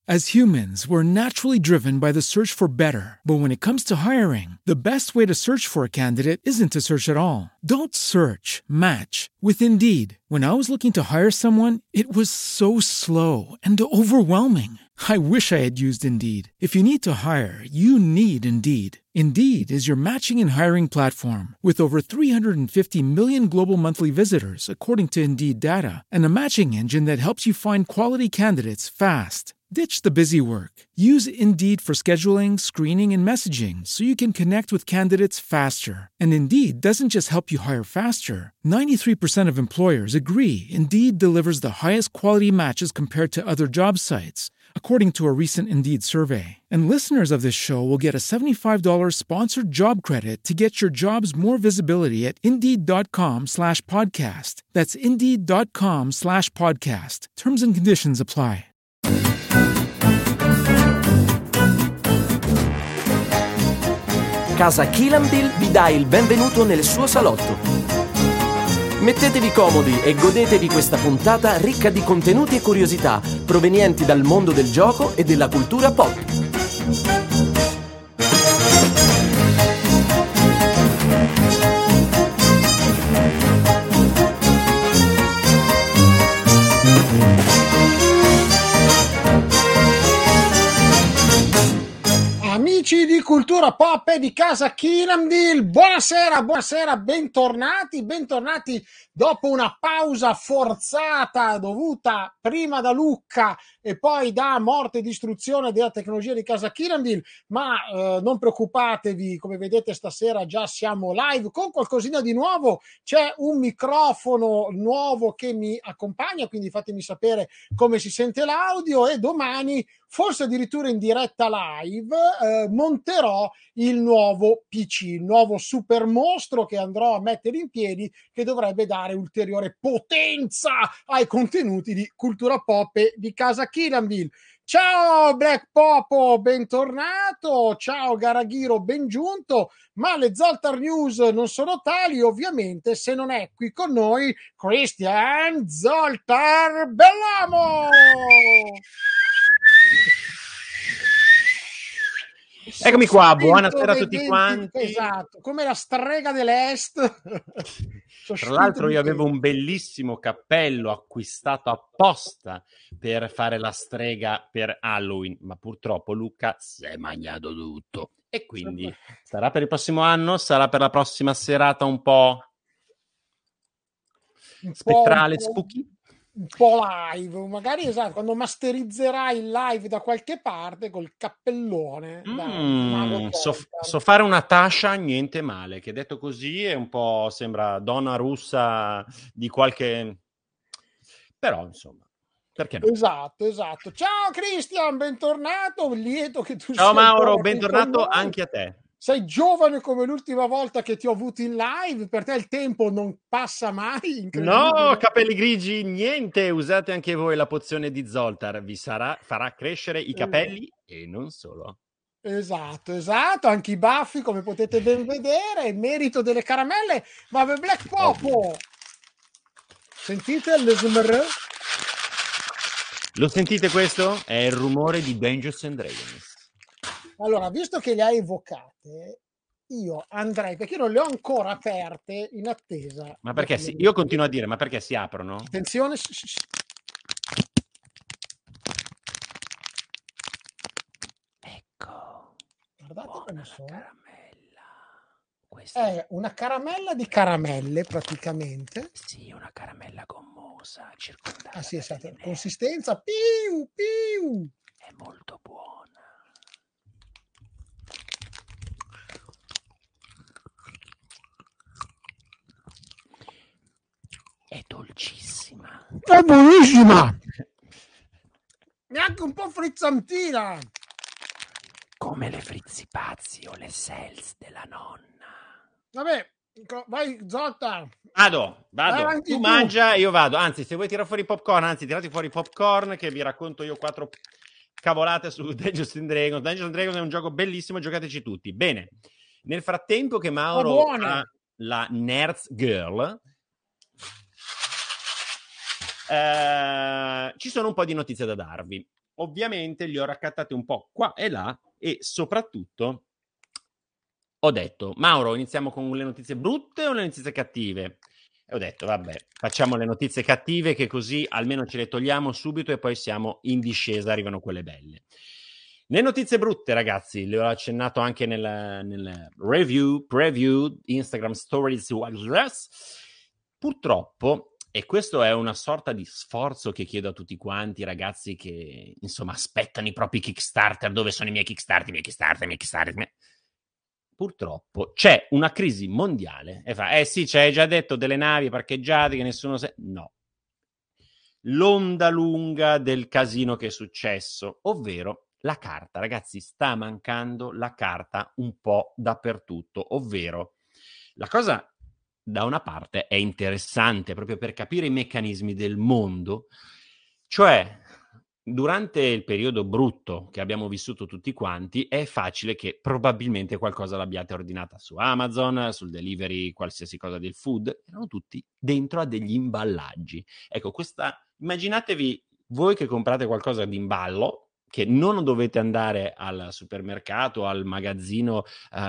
As humans, we're naturally driven by the search for better. But when it comes to hiring, the best way to search for a candidate isn't to search at all. Don't search, match with Indeed. When I was looking to hire someone, it was so slow and overwhelming. I wish I had used Indeed. If you need to hire, you need Indeed. Indeed is your matching and hiring platform with over 350 million global monthly visitors, according to Indeed data, and a matching engine that helps you find quality candidates fast. Ditch the busy work. Use Indeed for scheduling, screening, and messaging so you can connect with candidates faster. And Indeed doesn't just help you hire faster. 93% of employers agree Indeed delivers the highest quality matches compared to other job sites, according to a recent Indeed survey. And listeners of this show will get a $75 sponsored job credit to get your jobs more visibility at Indeed.com/podcast. That's Indeed.com/podcast. Terms and conditions apply. Casa Kilambil vi dà il benvenuto nel suo salotto. Mettetevi comodi e godetevi questa puntata ricca di contenuti e curiosità provenienti dal mondo del gioco e della cultura pop. Amici di Cultura Pop e di Casa Kilambil, buonasera, bentornati dopo una pausa forzata dovuta prima da Lucca e poi da morte e distruzione della tecnologia di Casa Kilambil, ma non preoccupatevi, come vedete stasera già siamo live con qualcosina di nuovo, c'è un microfono nuovo che mi accompagna, quindi fatemi sapere come si sente l'audio e domani, forse addirittura in diretta live, monterò il nuovo PC, il nuovo super mostro che andrò a mettere in piedi, che dovrebbe dare ulteriore potenza ai contenuti di Cultura Pop e di Casa Kilambil. Ciao Black Popo, bentornato, ciao Garaghiro, ben giunto, ma le Zoltar News non sono tali ovviamente se non è qui con noi Christian Zoltar Bellamo! Eccomi qua, buonasera a tutti quanti. Esatto, come la strega dell'Est. Tra l'altro io avevo un bellissimo cappello acquistato apposta per fare la strega per Halloween, ma purtroppo Luca si è mangiato tutto. E quindi sarà per il prossimo anno, sarà per la prossima serata un po' spettrale, spooky. Un po' live, magari esatto, quando masterizzerai il live da qualche parte col cappellone. So fare una Tasha, niente male, che detto così è un po', sembra donna russa di qualche... Però insomma, perché no? Esatto. Ciao Christian, bentornato, lieto che tu Ciao sia Mauro, bentornato anche a te. Sei giovane come l'ultima volta che ti ho avuto in live, per te il tempo non passa mai. No, capelli grigi, niente, usate anche voi la pozione di Zoltar, farà crescere i capelli e non solo. Esatto, anche i baffi come potete ben vedere, il merito delle caramelle, ma per Black Popo, sentite l'SMR? Lo sentite questo? È il rumore di Dungeons and Dragons. Allora, visto che le hai evocate, io andrei, perché io non le ho ancora aperte in attesa. Ma perché io continuo a dire, ma perché si aprono? Attenzione. Ecco. Guardate come sono. Caramella. È una caramella di caramelle, praticamente. Sì, una caramella gommosa, circondata. Ah sì, esatto. Consistenza, piu. È molto buona. È dolcissima. È buonissima. Neanche un po' frizzantina. Come le frizzipazzi o le sels della nonna. Vabbè, vai Zotta. Vado. Tu mangia e io vado. Anzi, se vuoi tirare fuori i popcorn, tirate fuori i popcorn che vi racconto io 4 cavolate su Dungeons and Dragons. Dungeons and Dragons è un gioco bellissimo, giocateci tutti. Bene, nel frattempo che Mauro ha la Nerds Girl, ci sono un po' di notizie da darvi. ovviamente li ho raccattati un po' qua e là e soprattutto ho detto, Mauro, iniziamo con le notizie brutte o le notizie cattive? E ho detto, vabbè, facciamo le notizie cattive che così almeno ce le togliamo subito e poi siamo in discesa, arrivano quelle belle. Le notizie brutte, ragazzi, le ho accennato anche nel preview, Instagram Stories. Purtroppo, e questo è una sorta di sforzo che chiedo a tutti quanti, ragazzi che, insomma, aspettano i propri Kickstarter. Dove sono i miei Kickstarter? Purtroppo c'è una crisi mondiale e fa, sì, ci hai già detto delle navi parcheggiate che nessuno no. L'onda lunga del casino che è successo, ovvero la carta. Ragazzi, sta mancando la carta un po' dappertutto, ovvero la cosa da una parte è interessante proprio per capire i meccanismi del mondo, cioè durante il periodo brutto che abbiamo vissuto tutti quanti è facile che probabilmente qualcosa l'abbiate ordinata su Amazon, sul delivery, qualsiasi cosa del food, erano tutti dentro a degli imballaggi. Ecco, immaginatevi voi che comprate qualcosa di imballo, che non dovete andare al supermercato, al magazzino,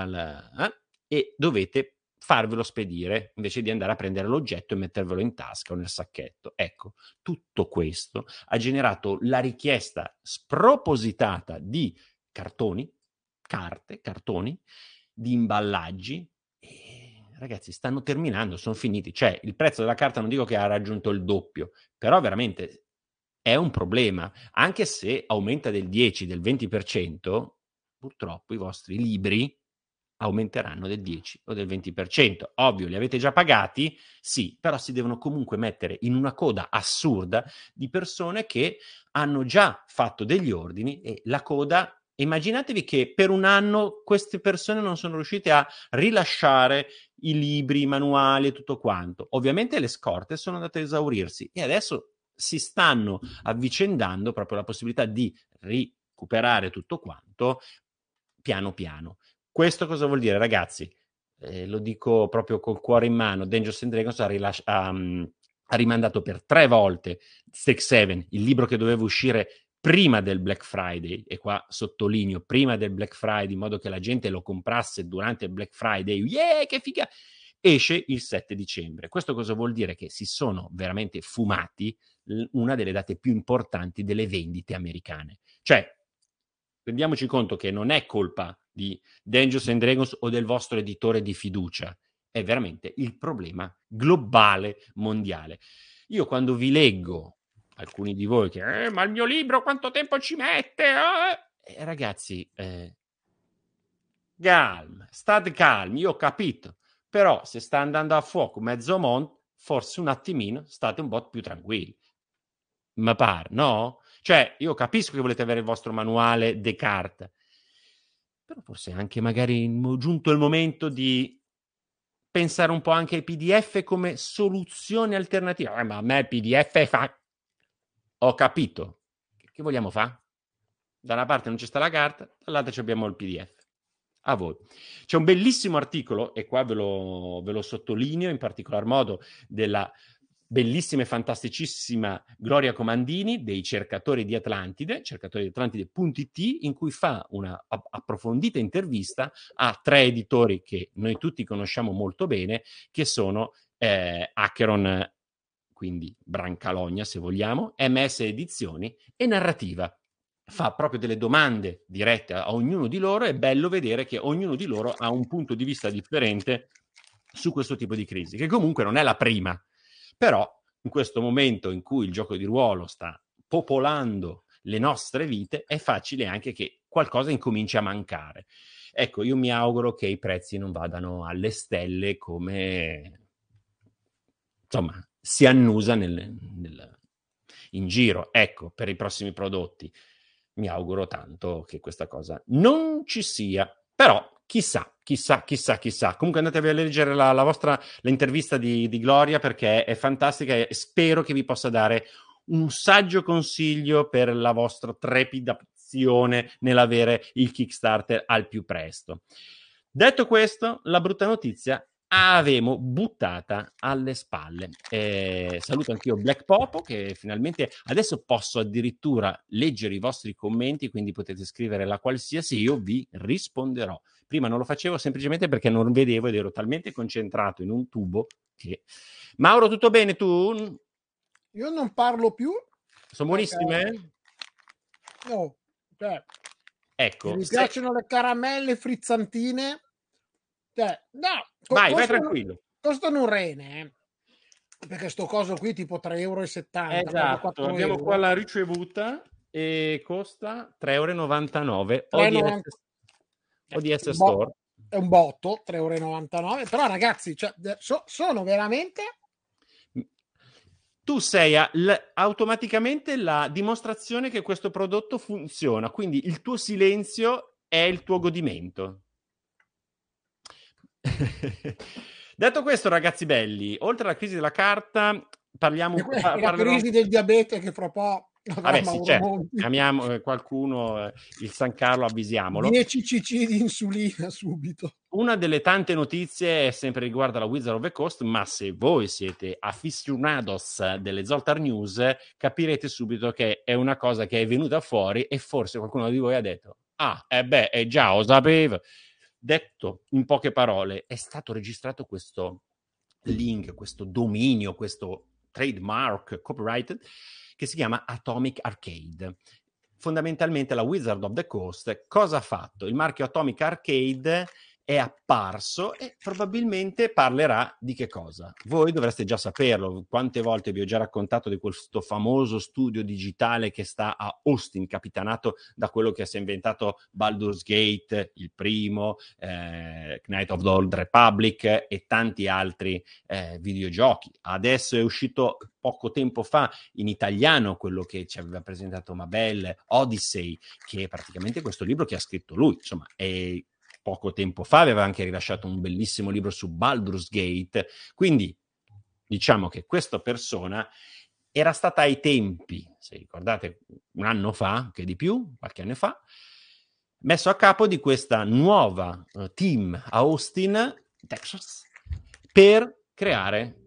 e dovete farvelo spedire invece di andare a prendere l'oggetto e mettervelo in tasca o nel sacchetto. Ecco, tutto questo ha generato la richiesta spropositata di cartoni, cartoni, di imballaggi. E, ragazzi, stanno terminando, sono finiti. Cioè, il prezzo della carta non dico che ha raggiunto il doppio, però veramente è un problema. Anche se aumenta del 10, del 20%, purtroppo i vostri libri aumenteranno del 10 o del 20%. Ovvio, li avete già pagati? Sì, però si devono comunque mettere in una coda assurda di persone che hanno già fatto degli ordini e la coda, immaginatevi che per un anno queste persone non sono riuscite a rilasciare i libri, i manuali e tutto quanto. Ovviamente le scorte sono andate a esaurirsi e adesso si stanno avvicendando proprio la possibilità di recuperare tutto quanto piano piano. Questo cosa vuol dire, ragazzi? Lo dico proprio col cuore in mano. Dungeons and Dragons ha rimandato per 3 volte Strixhaven, il libro che doveva uscire prima del Black Friday, e qua sottolineo prima del Black Friday, in modo che la gente lo comprasse durante il Black Friday. Yeah, che figa! Esce il 7 dicembre. Questo cosa vuol dire? Che si sono veramente fumati una delle date più importanti delle vendite americane. Cioè, rendiamoci conto che non è colpa di Dungeons and Dragons o del vostro editore di fiducia, è veramente il problema globale, mondiale. Io quando vi leggo, alcuni di voi che ma il mio libro quanto tempo ci mette? Ragazzi, state calmi, io ho capito, però se sta andando a fuoco mezzo mondo, forse un attimino state un po' più tranquilli. Ma pare, no? Cioè, io capisco che volete avere il vostro manuale Descartes, però forse anche magari giunto il momento di pensare un po' anche ai PDF come soluzione alternativa. Ma a me il PDF fa... Ho capito. Che vogliamo fare? Da una parte non c'è sta la carta, dall'altra abbiamo il PDF. A voi. C'è un bellissimo articolo, e qua ve lo sottolineo in particolar modo, della bellissima e fantasticissima Gloria Comandini dei cercatori di Atlantide.it, in cui fa una approfondita intervista a 3 editori che noi tutti conosciamo molto bene, che sono Acheron, quindi Brancalogna se vogliamo, MS Edizioni e Narrativa. Fa proprio delle domande dirette a ognuno di loro. È bello vedere che ognuno di loro ha un punto di vista differente su questo tipo di crisi, che comunque non è la prima. Però in questo momento in cui il gioco di ruolo sta popolando le nostre vite, è facile anche che qualcosa incominci a mancare. Ecco, io mi auguro che i prezzi non vadano alle stelle come, insomma, si annusa in giro. Ecco, per i prossimi prodotti mi auguro tanto che questa cosa non ci sia. Però chissà. Comunque andatevi a leggere l'intervista di Gloria, perché è fantastica e spero che vi possa dare un saggio consiglio per la vostra trepidazione nell'avere il Kickstarter al più presto. Detto questo, la brutta notizia avemo buttata alle spalle. Saluto anch'io Black Popo, che finalmente adesso posso addirittura leggere i vostri commenti, quindi potete scrivere la qualsiasi, io vi risponderò. Prima non lo facevo semplicemente perché non vedevo ed ero talmente concentrato in un tubo che... Mauro, tutto bene tu? Io non parlo più. Sono buonissime? No, cioè, ecco, mi piacciono le caramelle frizzantine. No, vai tranquillo. Costano un rene, perché sto coso qui tipo 3,70 €. Esatto, abbiamo qua la ricevuta e costa 3,99 € ODS Store. È un botto, 3,99 €, però ragazzi, cioè, sono veramente... Tu sei automaticamente la dimostrazione che questo prodotto funziona, quindi il tuo silenzio è il tuo godimento. Detto questo, ragazzi belli, oltre alla crisi della carta, parliamo la crisi del diabete che fra un po'... Vabbè, sì, certo. Chiamiamo qualcuno, il San Carlo, avvisiamolo. 10 cc di insulina subito. Una delle tante notizie sempre riguarda la Wizard of the Coast, ma se voi siete aficionados delle Zoltar News, capirete subito che è una cosa che è venuta fuori e forse qualcuno di voi ha detto già lo sapevo. Detto in poche parole, è stato registrato questo link, questo dominio, questo trademark copyrighted che si chiama Atomic Arcade. Fondamentalmente la Wizard of the Coast cosa ha fatto? Il marchio Atomic Arcade è apparso e probabilmente parlerà di che cosa? Voi dovreste già saperlo. Quante volte vi ho già raccontato di questo famoso studio digitale che sta a Austin, capitanato da quello che si è inventato Baldur's Gate, il primo, Knight of the Old Republic e tanti altri videogiochi. Adesso è uscito poco tempo fa in italiano quello che ci aveva presentato Mabel, Odyssey, che è praticamente questo libro che ha scritto lui. Insomma, è poco tempo fa aveva anche rilasciato un bellissimo libro su Baldur's Gate, quindi diciamo che questa persona era stata ai tempi, se ricordate, un anno fa, che di più, qualche anno fa, messo a capo di questa nuova team a Austin, Texas, per creare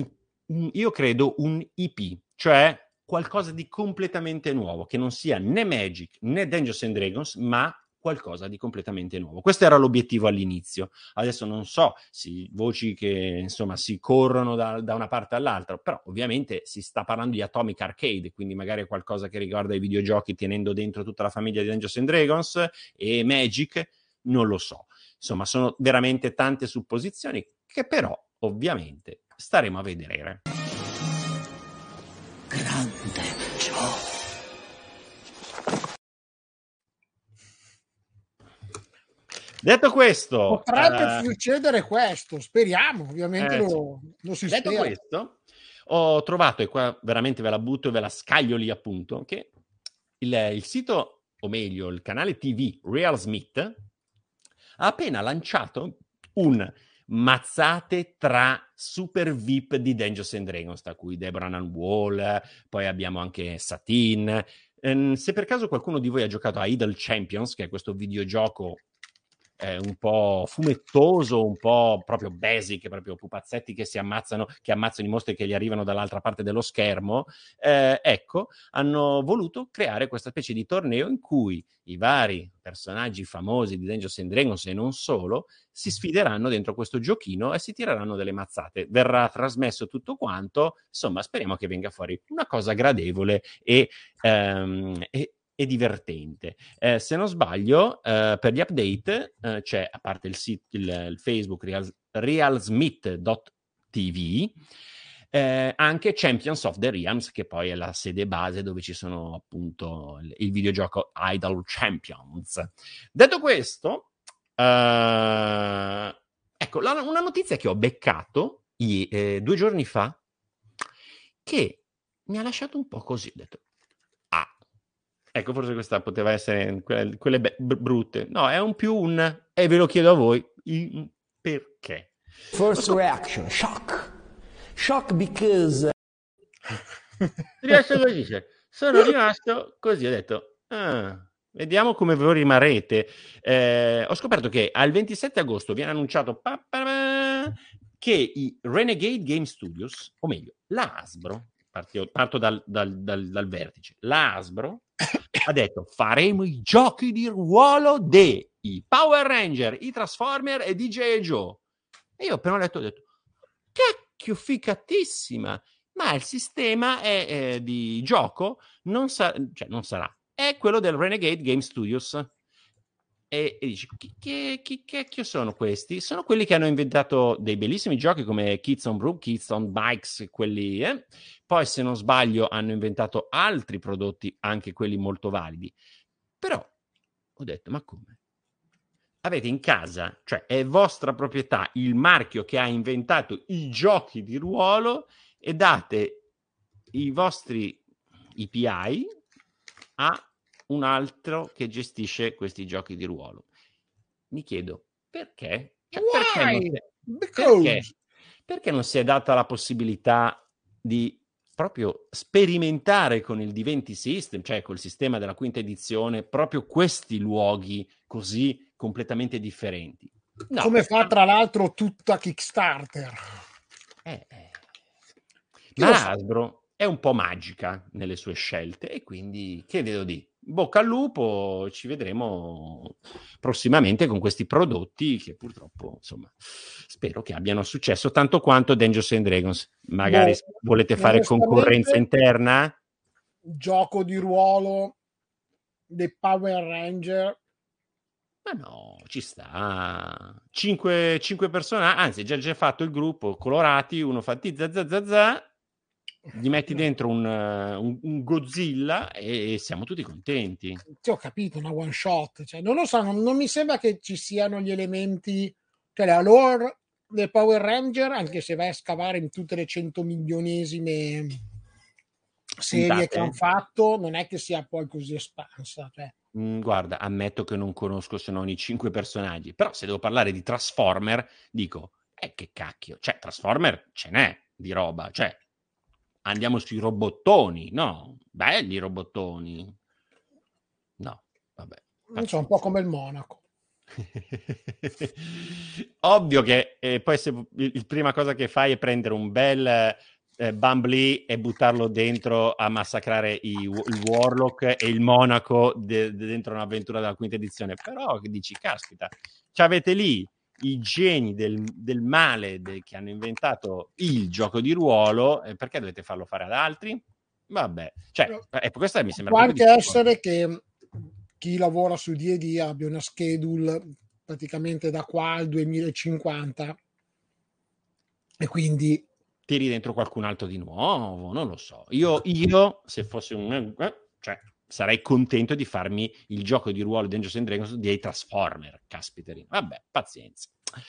io credo un IP, cioè qualcosa di completamente nuovo, che non sia né Magic né Dungeons and Dragons, ma qualcosa di completamente nuovo. Questo era l'obiettivo all'inizio. Adesso non so, voci che insomma si corrono da una parte all'altra, però ovviamente si sta parlando di Atomic Arcade, quindi magari qualcosa che riguarda i videogiochi tenendo dentro tutta la famiglia di Dungeons and Dragons e Magic, non lo so. Insomma, sono veramente tante supposizioni che però ovviamente staremo a vedere. Grande Joe. Detto questo, potrebbe succedere questo, speriamo, ovviamente lo si detto spera. Questo, ho trovato, e qua veramente ve la butto e ve la scaglio lì appunto, che il sito, o meglio il canale TV Real Smith ha appena lanciato un mazzate tra super VIP di Dungeons and Dragons, tra cui Deborah Ann Wall, poi abbiamo anche Satin. Se per caso qualcuno di voi ha giocato a Idle Champions, che è questo videogioco un po' fumettoso, un po' proprio basic, proprio pupazzetti che ammazzano i mostri che gli arrivano dall'altra parte dello schermo, ecco, hanno voluto creare questa specie di torneo in cui i vari personaggi famosi di Dungeons and Dragons e non solo si sfideranno dentro questo giochino e si tireranno delle mazzate. Verrà trasmesso tutto quanto, insomma speriamo che venga fuori una cosa gradevole e divertente. Se non sbaglio, per gli update c'è, a parte il Facebook realsmith.tv, anche Champions of the Realms, che poi è la sede base dove ci sono appunto il videogioco Idle Champions. Detto questo, ecco, una notizia che ho beccato 2 giorni fa, che mi ha lasciato un po' così, ho detto, ecco, forse questa poteva essere quelle brutte. No, è un più e ve lo chiedo a voi, perché? First reaction, shock. Shock because... Sono rimasto così, ho detto, vediamo come voi rimarrete. Ho scoperto che al 27 agosto viene annunciato che i Renegade Game Studios, o meglio, la Hasbro, parto dal vertice, la Hasbro ha detto faremo i giochi di ruolo dei Power Ranger, i Transformer e DJ Joe. E io appena ho letto ho detto, cacchio, ficatissima, ma il sistema di gioco non sarà, è quello del Renegade Game Studios. E dici, chi cacchio sono questi? Sono quelli che hanno inventato dei bellissimi giochi come Kids on Broom, Kids on Bikes, quelli, Poi, se non sbaglio, hanno inventato altri prodotti, anche quelli molto validi. Però ho detto, ma come? Avete in casa, cioè è vostra proprietà, il marchio che ha inventato i giochi di ruolo e date i vostri API a un altro che gestisce questi giochi di ruolo. Mi chiedo, perché? Perché non si è data la possibilità di proprio sperimentare con il D20 System, cioè col sistema della quinta edizione, proprio questi luoghi così completamente differenti? No. Come fa tra l'altro tutta Kickstarter. Ma Hasbro è un po' magica nelle sue scelte e quindi che vedo di bocca al lupo, ci vedremo prossimamente con questi prodotti che purtroppo, insomma, spero che abbiano successo tanto quanto Dungeons and Dragons. Magari volete fare concorrenza interna? Gioco di ruolo dei Power Ranger. Ma no, ci sta. 5 personaggi, anzi, già fatto il gruppo, colorati, uno fa za, gli metti dentro un Godzilla e siamo tutti contenti. Sì, ho capito, una one shot. Cioè, non lo so, non mi sembra che ci siano gli elementi, cioè la lore del Power Ranger, anche se vai a scavare in tutte le 100 milionesime serie che hanno fatto, non è che sia poi così espansa. Cioè. Guarda, ammetto che non conosco se non i 5 personaggi, però se devo parlare di Transformer, dico, che cacchio, cioè Transformer ce n'è di roba, cioè andiamo sui robottoni, no? Belli robottoni. No, vabbè. Non so, un po' come il Monaco. Ovvio che poi se la prima cosa che fai è prendere un bel Bumbly e buttarlo dentro a massacrare il Warlock e il Monaco dentro un'avventura della quinta edizione, però dici, caspita, avete lì i geni del male che hanno inventato il gioco di ruolo, perché dovete farlo fare ad altri? Vabbè, cioè, questa mi sembra può anche essere che chi lavora su D&D abbia una schedule praticamente da qua al 2050 e quindi tiri dentro qualcun altro di nuovo, non lo so. Io se fossi cioè, sarei contento di farmi il gioco di ruolo di Dungeons and Dragons dei Transformer, caspiterina. Vabbè, pazienza.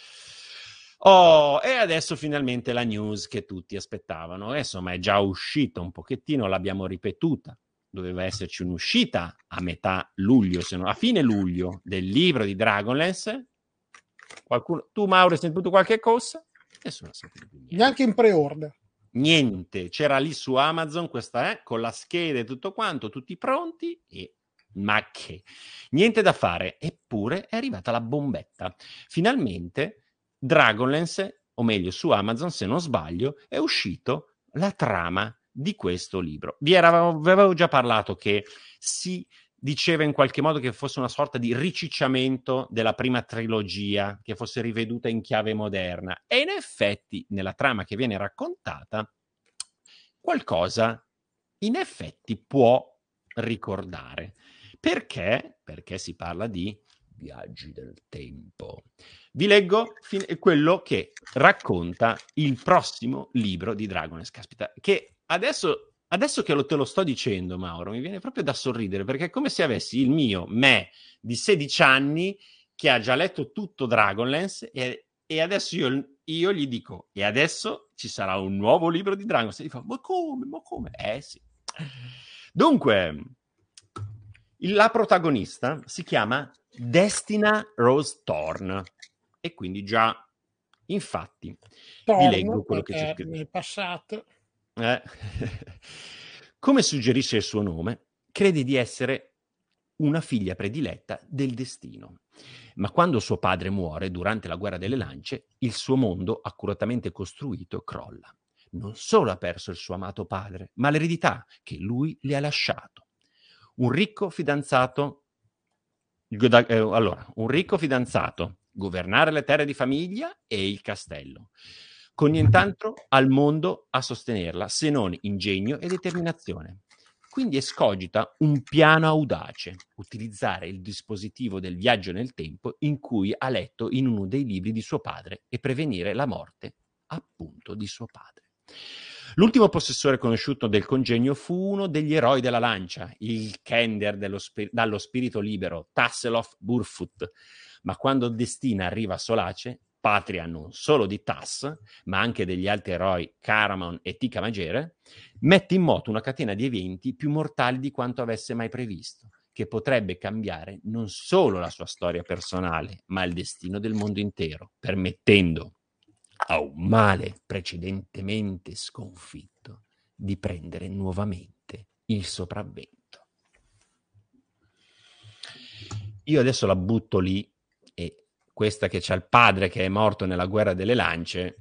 E adesso finalmente la news che tutti aspettavano. Insomma, è già uscita un pochettino, l'abbiamo ripetuta. Doveva esserci un'uscita a metà luglio, se no a fine luglio, del libro di Dragonlance. Tu, Mauro, hai sentito qualche cosa? Nessuno ha sentito niente. Neanche in pre-order. Niente, c'era lì su Amazon questa con la scheda e tutto quanto, tutti pronti ma che niente da fare. Eppure è arrivata la bombetta. Finalmente Dragonlance, o meglio su Amazon, se non sbaglio, è uscito la trama di questo libro. Vi avevo già parlato che si diceva in qualche modo che fosse una sorta di ricicciamento della prima trilogia, che fosse riveduta in chiave moderna. E in effetti, nella trama che viene raccontata, qualcosa in effetti può ricordare. Perché? Perché si parla di viaggi del tempo. Vi leggo quello che racconta il prossimo libro di Dragonlance. Caspita, che adesso che te lo sto dicendo, Mauro, mi viene proprio da sorridere, perché è come se avessi il mio me di 16 anni che ha già letto tutto Dragonlance e adesso io gli dico, e adesso ci sarà un nuovo libro di Dragonlance. E gli fa, ma come? Sì. Dunque, la protagonista si chiama Destina Rose Thorn e quindi già, infatti, vi leggo quello che c'è scritto. Nel passato. Come suggerisce il suo nome, crede di essere una figlia prediletta del destino. Ma quando suo padre muore durante la guerra delle lance, il suo mondo accuratamente costruito crolla. Non solo ha perso il suo amato padre, ma l'eredità che lui le ha lasciato. Un ricco fidanzato, governare le terre di famiglia e il castello, con nient'altro al mondo a sostenerla se non ingegno e determinazione. Quindi escogita un piano audace, utilizzare il dispositivo del viaggio nel tempo in cui ha letto in uno dei libri di suo padre e prevenire la morte, appunto, di suo padre. L'ultimo possessore conosciuto del congegno fu uno degli eroi della lancia, il Kender dallo spirito libero, Tasselhoff Burfoot. Ma quando Destina arriva a Solace, patria non solo di Tass, ma anche degli altri eroi Caramon e Tika Magere, mette in moto una catena di eventi più mortali di quanto avesse mai previsto, che potrebbe cambiare non solo la sua storia personale, ma il destino del mondo intero, permettendo a un male precedentemente sconfitto di prendere nuovamente il sopravvento. Io adesso la butto lì, e questa che c'ha il padre che è morto nella guerra delle lance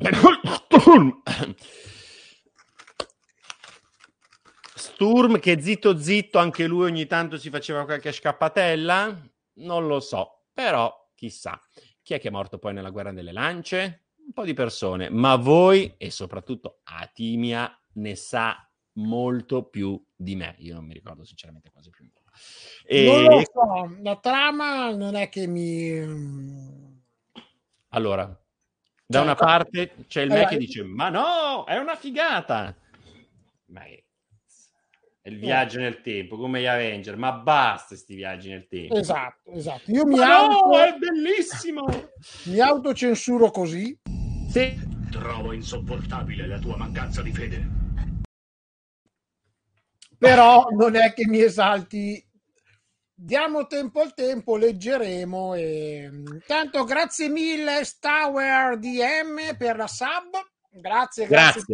Sturm che zitto zitto anche lui ogni tanto si faceva qualche scappatella, non lo so, però chissà. Chi è che è morto poi nella guerra delle lance? Un po' di persone, ma voi e soprattutto Atimia ne sa molto più di me. Io non mi ricordo sinceramente quasi più. Non lo so, la trama non è che mi... Allora, da una parte c'è il me che dice, ma no, è una figata! Ma è il viaggio nel tempo, come gli Avenger, ma basta sti viaggi nel tempo. Esatto. Io no, è bellissimo! Mi autocensuro così. Sì. Trovo insopportabile la tua mancanza di fede. Però non è che mi esalti. Diamo tempo al tempo, leggeremo. Intanto grazie mille Stower DM per la sub. Grazie.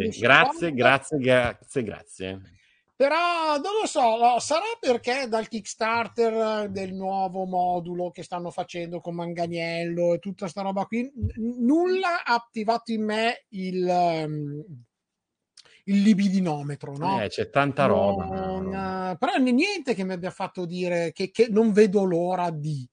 Però non lo so, sarà perché dal Kickstarter del nuovo modulo che stanno facendo con Manganiello e tutta sta roba qui, nulla ha attivato in me il libidinometro, no? C'è tanta roba. Però niente che mi abbia fatto dire che non vedo l'ora di...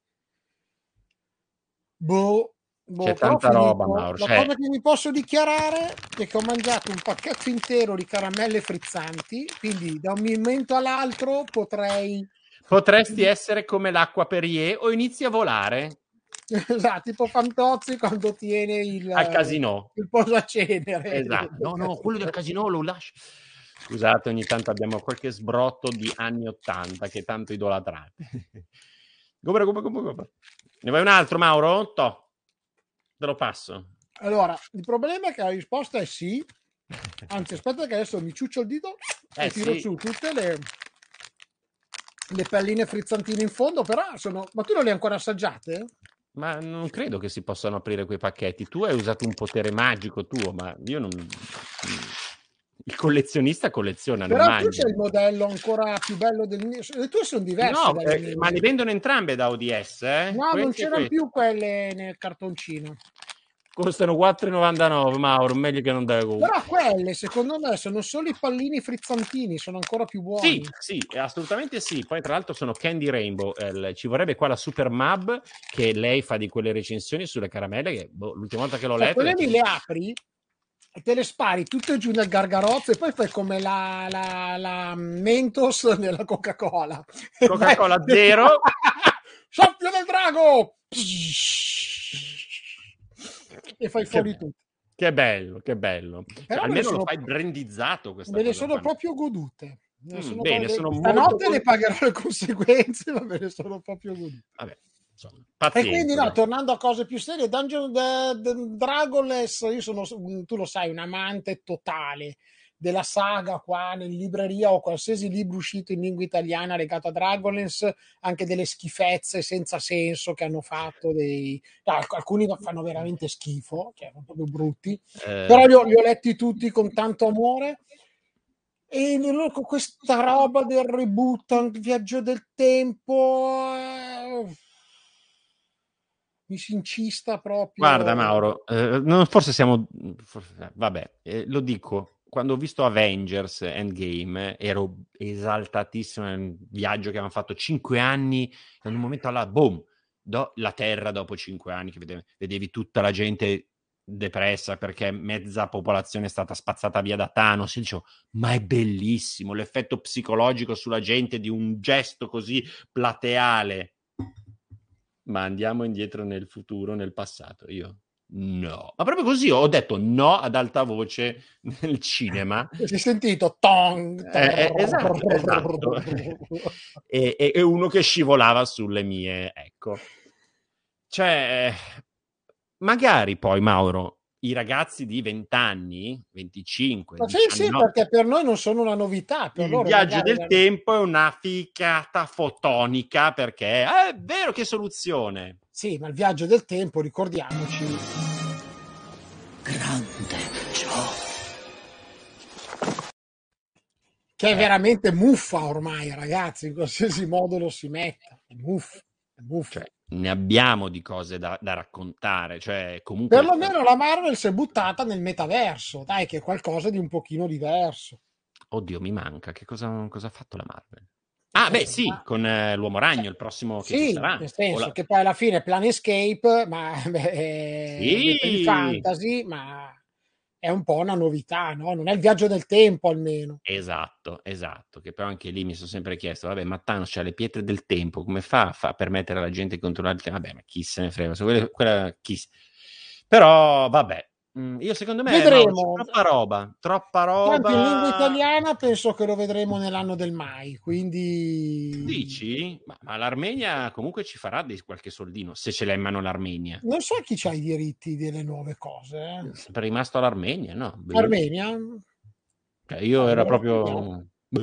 C'è tanta roba, Mauro. La cosa che mi posso dichiarare è che ho mangiato un pacchetto intero di caramelle frizzanti, quindi da un momento all'altro potresti essere come l'acqua Perrier o inizi a volare. Esatto, tipo Fantozzi quando tiene al casino il posacenere. Esatto. No, quello del casino lo lascia. Scusate, ogni tanto abbiamo qualche sbrotto di anni 80 che tanto idolatrate. Come. Ne vuoi un altro, Mauro? Te lo passo. Allora, il problema è che la risposta è sì. Anzi, aspetta che adesso mi ciuccio il dito e tiro su tutte le palline frizzantine in fondo, però ma tu non le hai ancora assaggiate? Ma non credo che si possano aprire quei pacchetti. Tu hai usato un potere magico tuo, ma io non... Il collezionista colleziona, però non mangia. Tu c'è il modello ancora più bello del mio. Le tue sono diverse. No, ma le vendono entrambe da ODS, No, non c'erano più quelle nel cartoncino. Costano 4,99, Mauro, meglio che non dai conto. Però quelle, secondo me, sono solo i pallini frizzantini, sono ancora più buoni. Sì, assolutamente sì. Poi, tra l'altro, sono Candy Rainbow. Ci vorrebbe qua la Super Mab, che lei fa di quelle recensioni sulle caramelle, che l'ultima volta che l'ho letto... Quelle le apri e te le spari tutte giù nel gargarozzo e poi fai come la Mentos nella Coca-Cola. Coca-Cola zero. Soffio del drago! E fai fuori tutto. Che bello. Cioè, almeno lo fai brandizzato. Me le sono proprio godute. Stanotte ne pagherò le conseguenze, ma me ne sono proprio godute. Vabbè, insomma, pazienza. E quindi tornando a cose più serie, Dungeon Dragonless, tu lo sai, un amante totale della saga qua in libreria o qualsiasi libro uscito in lingua italiana legato a Dragonlance, anche delle schifezze senza senso che hanno fatto alcuni fanno veramente schifo, cioè sono proprio brutti, però li ho letti tutti con tanto amore. E con questa roba del reboot, il viaggio del tempo, mi si incista Guarda proprio. Mauro, vabbè, lo dico, quando ho visto Avengers Endgame ero esaltatissimo nel viaggio che avevano fatto 5 anni, e in un momento alla boom, la Terra dopo 5 anni, che vedevi tutta la gente depressa perché mezza popolazione è stata spazzata via da Thanos, e dicevo, ma è bellissimo l'effetto psicologico sulla gente di un gesto così plateale. Ma andiamo indietro nel futuro, nel passato. Io no. Ma proprio così ho detto no ad alta voce nel cinema. Si è sentito tong, Esatto. E uno che scivolava sulle mie, ecco. Cioè, magari poi, Mauro, i ragazzi di 20 anni, 25, Ma sì, sì, 19, perché per noi non sono una novità, per il loro viaggio magari del tempo è una ficata fotonica, perché è vero, che soluzione. sì, ma il viaggio del tempo, ricordiamoci, Grande Joe. che è veramente muffa ormai, ragazzi, in qualsiasi modo lo si metta, è muffa, è muffa. Cioè, ne abbiamo di cose da raccontare, cioè comunque Perlomeno la Marvel si è buttata nel metaverso, dai, che è qualcosa di un pochino diverso. oddio, mi manca, che cosa ha fatto la Marvel? Ah, beh, sì, con l'Uomo Cioè, Ragno, il prossimo che ci sì, sarà. nel senso che poi alla fine Planescape, ma beh, è di Sì! fantasy, ma è un po' una novità, no? Non è il viaggio del tempo almeno. Esatto, che però anche lì mi sono sempre chiesto, vabbè, ma Thanos c'ha le pietre del tempo, come fa a permettere alla gente di controllare il tempo? Vabbè, ma chi se ne frega, Però, vabbè, io secondo me, Mauro, c'è Vedremo. troppa Tanto in lingua roba. italiana penso che lo vedremo nell'anno del mai, quindi Dici? Ma l'Armenia comunque ci farà qualche soldino, se ce l'ha in mano l'Armenia. non so chi c'ha i diritti delle nuove cose. È sempre rimasto l'Armenia, no? Armenia? Io era Allora studiamo. proprio...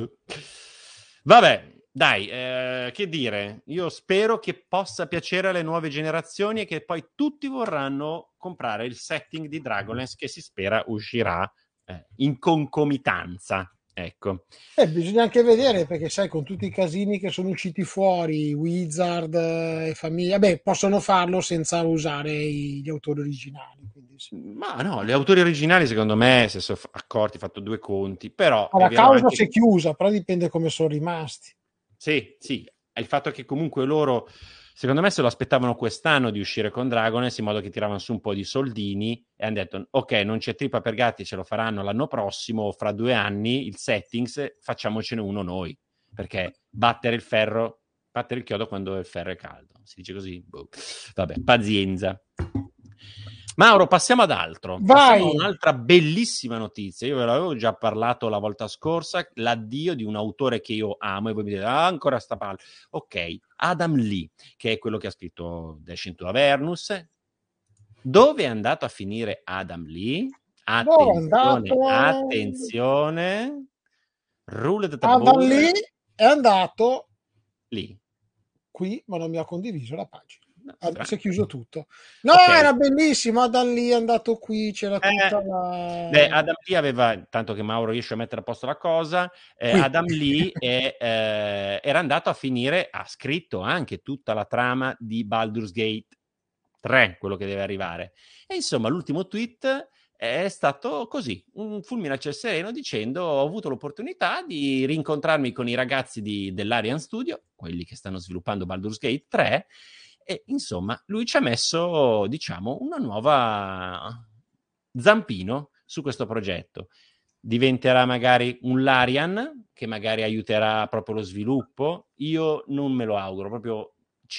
Vabbè, dai, che dire? Io spero che possa piacere alle nuove generazioni e che poi tutti vorranno comprare il setting di Dragonlance, che si spera uscirà in concomitanza. Ecco. Bisogna anche vedere perché sai con tutti i casini che sono usciti fuori, Wizard e famiglia, beh, possono farlo senza usare gli autori originali. Quindi sì. Ma no, gli autori originali secondo me si sono accorti, fatto due conti, però Ma è la vero causa anche si è chiusa, però dipende come sono rimasti. sì, è il fatto che comunque loro, secondo me, se lo aspettavano quest'anno di uscire con Dragonlance, in modo che tiravano su un po' di soldini e hanno detto, ok, non c'è trippa per gatti, ce lo faranno l'anno prossimo o fra 2 anni, il settings, facciamocene uno noi, perché battere il chiodo quando il ferro è caldo, si dice così? Boh. Vabbè, pazienza. Mauro, passiamo ad altro. Passiamo a Vai! un'altra bellissima notizia. Io ve l'avevo già parlato la volta scorsa, l'addio di un autore che io amo, e voi mi dite, ancora sta palla. Ok, Adam Lee, che è quello che ha scritto Descent to Avernus. Dove è andato a finire Adam Lee? Dove è andato? Attenzione. Rule the Adam taboo. Lee è andato Lì. qui, ma non mi ha condiviso la pagina. No, Si è chiuso tutto. No, okay. era bellissimo. Adam Lee è andato qui, c'era tutta la. Beh, Adam Lee aveva, tanto che Mauro riesce a mettere a posto la cosa, Adam Lee era andato a finire, ha scritto anche tutta la trama di Baldur's Gate 3, quello che deve arrivare. E insomma, l'ultimo tweet è stato così, un fulmine a ciel sereno, dicendo: ho avuto l'opportunità di rincontrarmi con i ragazzi dell'Arian Studio, quelli che stanno sviluppando Baldur's Gate 3, e insomma lui ci ha messo, diciamo, una nuova zampino su questo progetto. Diventerà magari un Larian che magari aiuterà proprio lo sviluppo. Io non me lo auguro, proprio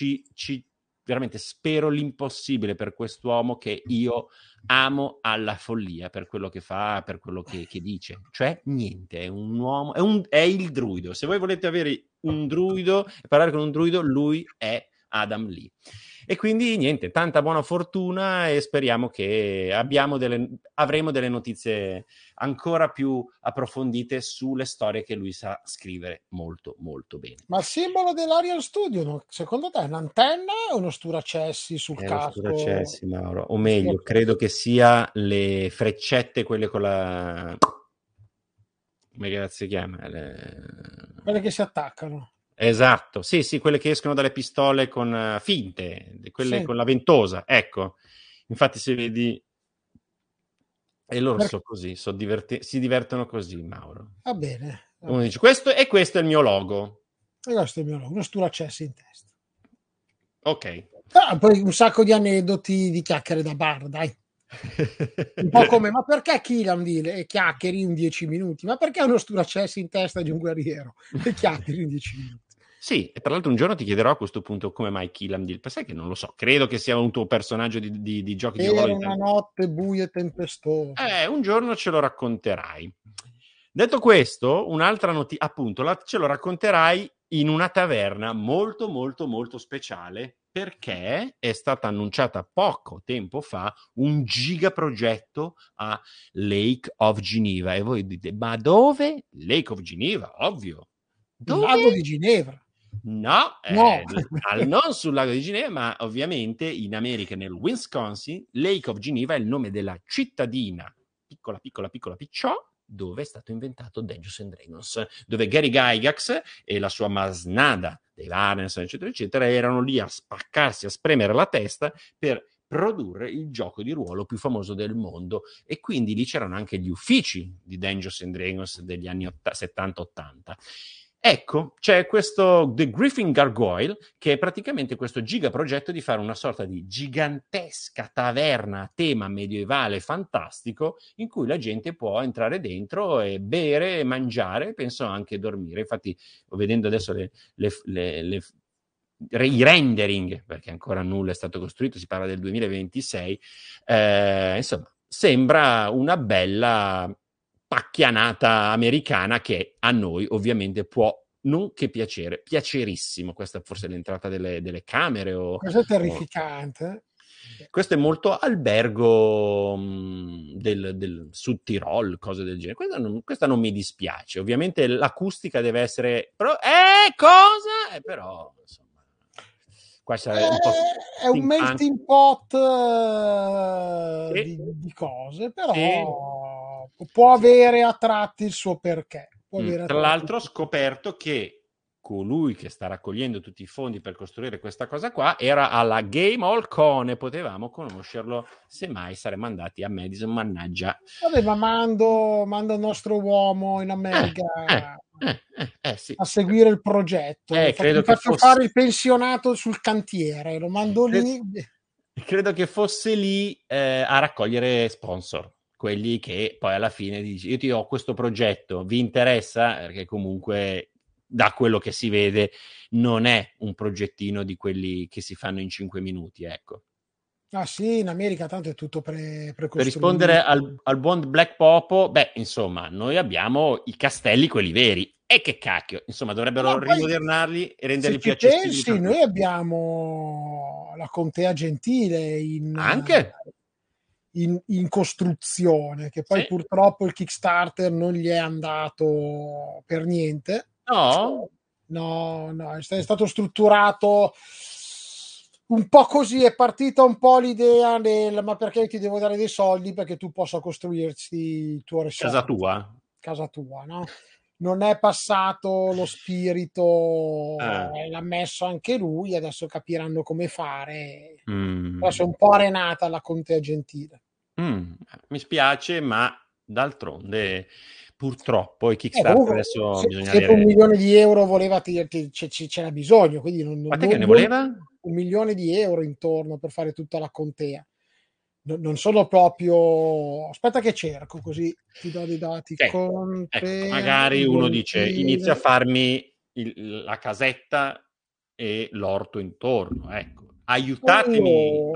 veramente spero l'impossibile per quest'uomo che io amo alla follia, per quello che fa, per quello che dice. Cioè niente, è un uomo, è il druido. Se voi volete avere un druido e parlare con un druido, lui è Adam Lee. E quindi niente, tanta buona fortuna e speriamo che avremo delle notizie ancora più approfondite sulle storie che lui sa scrivere molto molto bene. Ma il simbolo dell'Arian Studio, secondo te è un'antenna o uno sturacessi sul È lo casco? sturacessi, Mauro. O meglio, credo che sia le freccette, quelle con la... come cazzo si chiama? Quelle che si attaccano. Esatto, sì, quelle che escono dalle pistole con finte, quelle Sì. con la ventosa, ecco. Infatti se vedi... E loro sono così, si divertono così, Mauro. Va bene. Uno dice, questo è il mio logo. E questo è il mio logo, uno sturacessi in testa. Ok. Poi un sacco di aneddoti di chiacchiere da bar, dai. Un po' come, ma perché Killamdil e chiacchieri in 10 minuti? Ma perché uno sturacessi in testa di un guerriero e chiacchieri in 10 minuti? Sì, e tra l'altro un giorno ti chiederò a questo punto come mai Killamdil, sai che non lo so, credo che sia un tuo personaggio di giochi di ruolo. Era una notte buia e tempestosa. Un giorno ce lo racconterai. Detto questo, un'altra notizia, appunto, ce lo racconterai in una taverna molto molto molto speciale, perché è stata annunciata poco tempo fa un gigaprogetto a Lake of Geneva. E voi dite, ma dove? Lake of Geneva, ovvio. Il lago di Ginevra. No, No. non sul lago di Ginevra, ma ovviamente in America, nel Wisconsin, Lake of Geneva è il nome della cittadina piccola picciò, dove è stato inventato Dungeons and Dragons, dove Gary Gygax e la sua masnada dei Varnes, eccetera, eccetera, erano lì a spaccarsi, a spremere la testa per produrre il gioco di ruolo più famoso del mondo. E quindi lì c'erano anche gli uffici di Dungeons and Dragons degli anni 70-80. Ecco, c'è questo The Griffin Gargoyle, che è praticamente questo gigaprogetto di fare una sorta di gigantesca taverna a tema medievale fantastico, in cui la gente può entrare dentro e bere, mangiare, penso anche dormire. Infatti, vedendo adesso i rendering, perché ancora nulla è stato costruito, si parla del 2026, insomma, sembra una bella pacchianata americana che a noi ovviamente può non che piacere, piacerissimo. Questa forse è l'entrata delle camere Questo è terrificante. Questo è molto albergo del Sud Tirol, cose del genere. Questa non mi dispiace. Ovviamente l'acustica deve essere cosa? Però insomma qua è un melting pot di cose, però può avere a tratti il suo perché. Tra l'altro ho scoperto che colui che sta raccogliendo tutti i fondi per costruire questa cosa qua era alla Game Hall Con e potevamo conoscerlo se mai saremmo andati a Madison, mannaggia. Vabbè, ma mando il nostro uomo in America sì, a seguire il progetto. Faccio fare il pensionato sul cantiere, lo mando lì. Credo che fosse lì a raccogliere sponsor, quelli che poi alla fine dici, io ti ho questo progetto, vi interessa? Perché comunque da quello che si vede non è un progettino di quelli che si fanno in 5 minuti, ecco. Ah sì, in America tanto è tutto precostruito. Per rispondere al buon Black Popo, insomma, noi abbiamo i castelli, quelli veri. E che cacchio, insomma, dovrebbero rimodernarli e renderli più accessibili. Pensi, noi abbiamo la Contea Gentile in costruzione, che poi purtroppo il Kickstarter non gli è andato per niente. No, è stato strutturato un po' così, è partita un po' l'idea ma perché ti devo dare dei soldi perché tu possa costruirsi il tuo resort. Casa tua, no? Non è passato lo spirito, l'ha messo anche lui, adesso capiranno come fare. Adesso è un po' arenata la Contea Gentile. Mi spiace, ma d'altronde purtroppo i Kickstarter adesso bisogna se un milione di euro voleva c'era bisogno, quindi quanto che ne voleva? 1 milione di euro intorno per fare tutta la contea. Non sono proprio, aspetta che cerco così ti do dei dati. Ecco, magari uno dice inizia a farmi la casetta e l'orto intorno, ecco, aiutatemi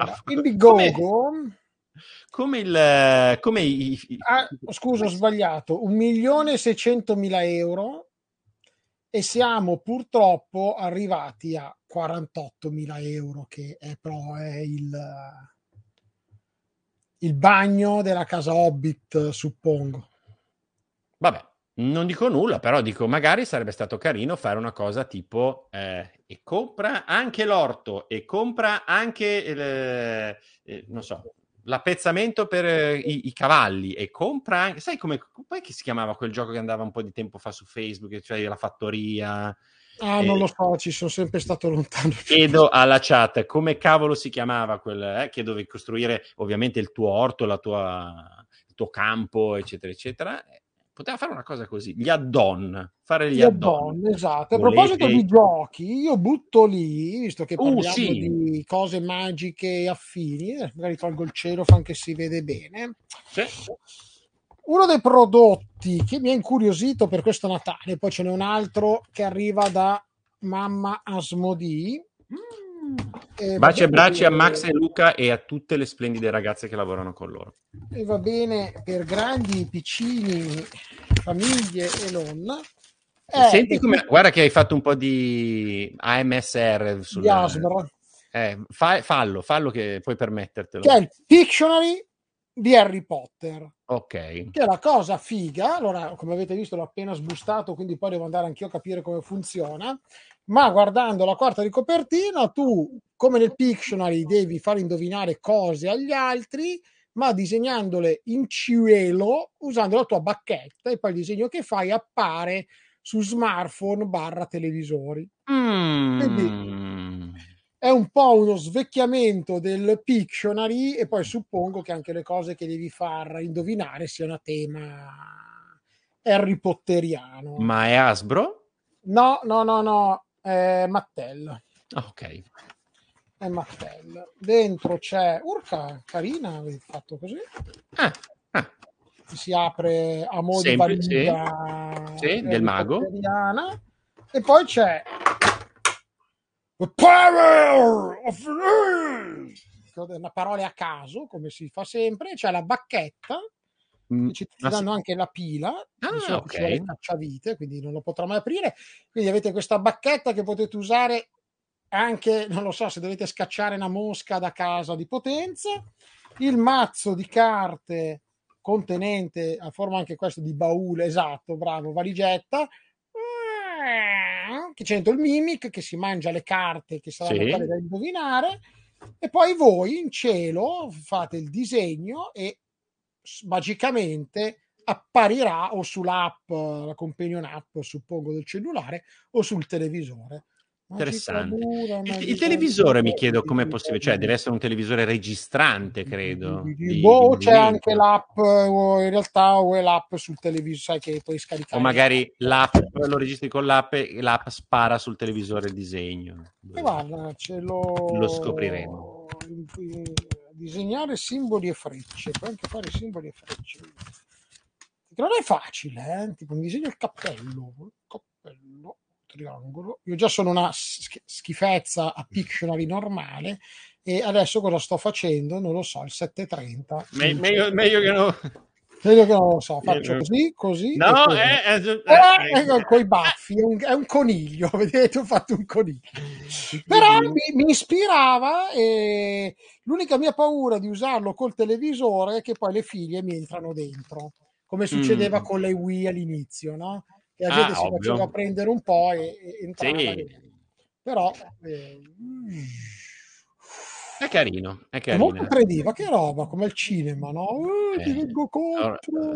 scusa, ho sbagliato, 1.600.000 euro e siamo purtroppo arrivati a 48.000 euro, che è il bagno della casa Hobbit, suppongo. Vabbè, non dico nulla, però dico magari sarebbe stato carino fare una cosa tipo e compra anche l'orto e compra anche non so, l'appezzamento per i cavalli e compra anche, sai come che si chiamava quel gioco che andava un po' di tempo fa su Facebook, cioè la fattoria? Non lo so, ci sono sempre stato lontano. Chiedo alla chat come cavolo si chiamava quel che dovevi costruire ovviamente il tuo orto, il tuo campo, eccetera, eccetera. Poteva fare una cosa così, fare gli add-on. Esatto. A proposito di giochi, io butto lì, visto che parliamo di cose magiche e affini, magari tolgo il cielo, fa anche si vede bene. Sì. Uno dei prodotti che mi ha incuriosito per questo Natale, poi ce n'è un altro che arriva da mamma Asmodee. Baci e abbracci a Max e Luca e a tutte le splendide ragazze che lavorano con loro. E va bene per grandi, piccini, famiglie e non. Senti come, guarda che hai fatto un po' di AMSR di Asbro. Fallo che puoi permettertelo. Che è il Pictionary di Harry Potter. Ok. Che è la cosa figa. Allora, come avete visto, l'ho appena sbustato, quindi poi devo andare anch'io a capire come funziona. Ma guardando la quarta di copertina, tu, come nel Pictionary, devi far indovinare cose agli altri, ma disegnandole in cielo usando la tua bacchetta, e poi il disegno che fai appare su smartphone / televisori. Quindi è un po' uno svecchiamento del Pictionary, e poi suppongo che anche le cose che devi far indovinare siano a tema Harry Potteriano. Ma è Hasbro? No, è Mattel. Ok. È Mattel. Dentro c'è Urca, carina, avete fatto così. Si apre a modo di valigia del mago. E poi c'è The Power of una parola a caso, come si fa sempre. C'è la bacchetta, che ci danno anche la pila, ci vuole il cacciavite, quindi non lo potrò mai aprire. Quindi avete questa bacchetta che potete usare anche, non lo so, se dovete scacciare una mosca da casa di potenza. Il mazzo di carte contenente, a forma anche questo di baule, esatto, bravo, valigetta, che c'è dentro il Mimic che si mangia le carte che saranno quelle da indovinare, e poi voi in cielo fate il disegno e magicamente apparirà o sull'app, la companion app, suppongo, del cellulare, o sul televisore. Interessante. Il televisore, mi chiedo com'è possibile, cioè deve essere un televisore registrante, credo. C'è anche l'app, in realtà, o è l'app sul televisore, sai che puoi scaricare. O magari l'app, lo registri con l'app e l'app spara sul televisore il disegno. E guarda, lo scopriremo. Disegnare simboli e frecce, puoi anche fare simboli e frecce. Che non è facile, tipo un disegno del cappello, triangolo. Io già sono una schifezza a Pictionary normale, e adesso cosa sto facendo? Non lo so, il 730. Meglio che no. Meglio che non lo so, faccio così. No, con i baffi, è un coniglio, vedete, ho fatto un coniglio. Però mi ispirava, e l'unica mia paura di usarlo col televisore è che poi le figlie mi entrano dentro, come succedeva con le Wii all'inizio, no? E la gente si faceva prendere un po' e entrava dentro. Però è carino. È molto credeva, che roba, come al cinema, no? Ti vengo contro.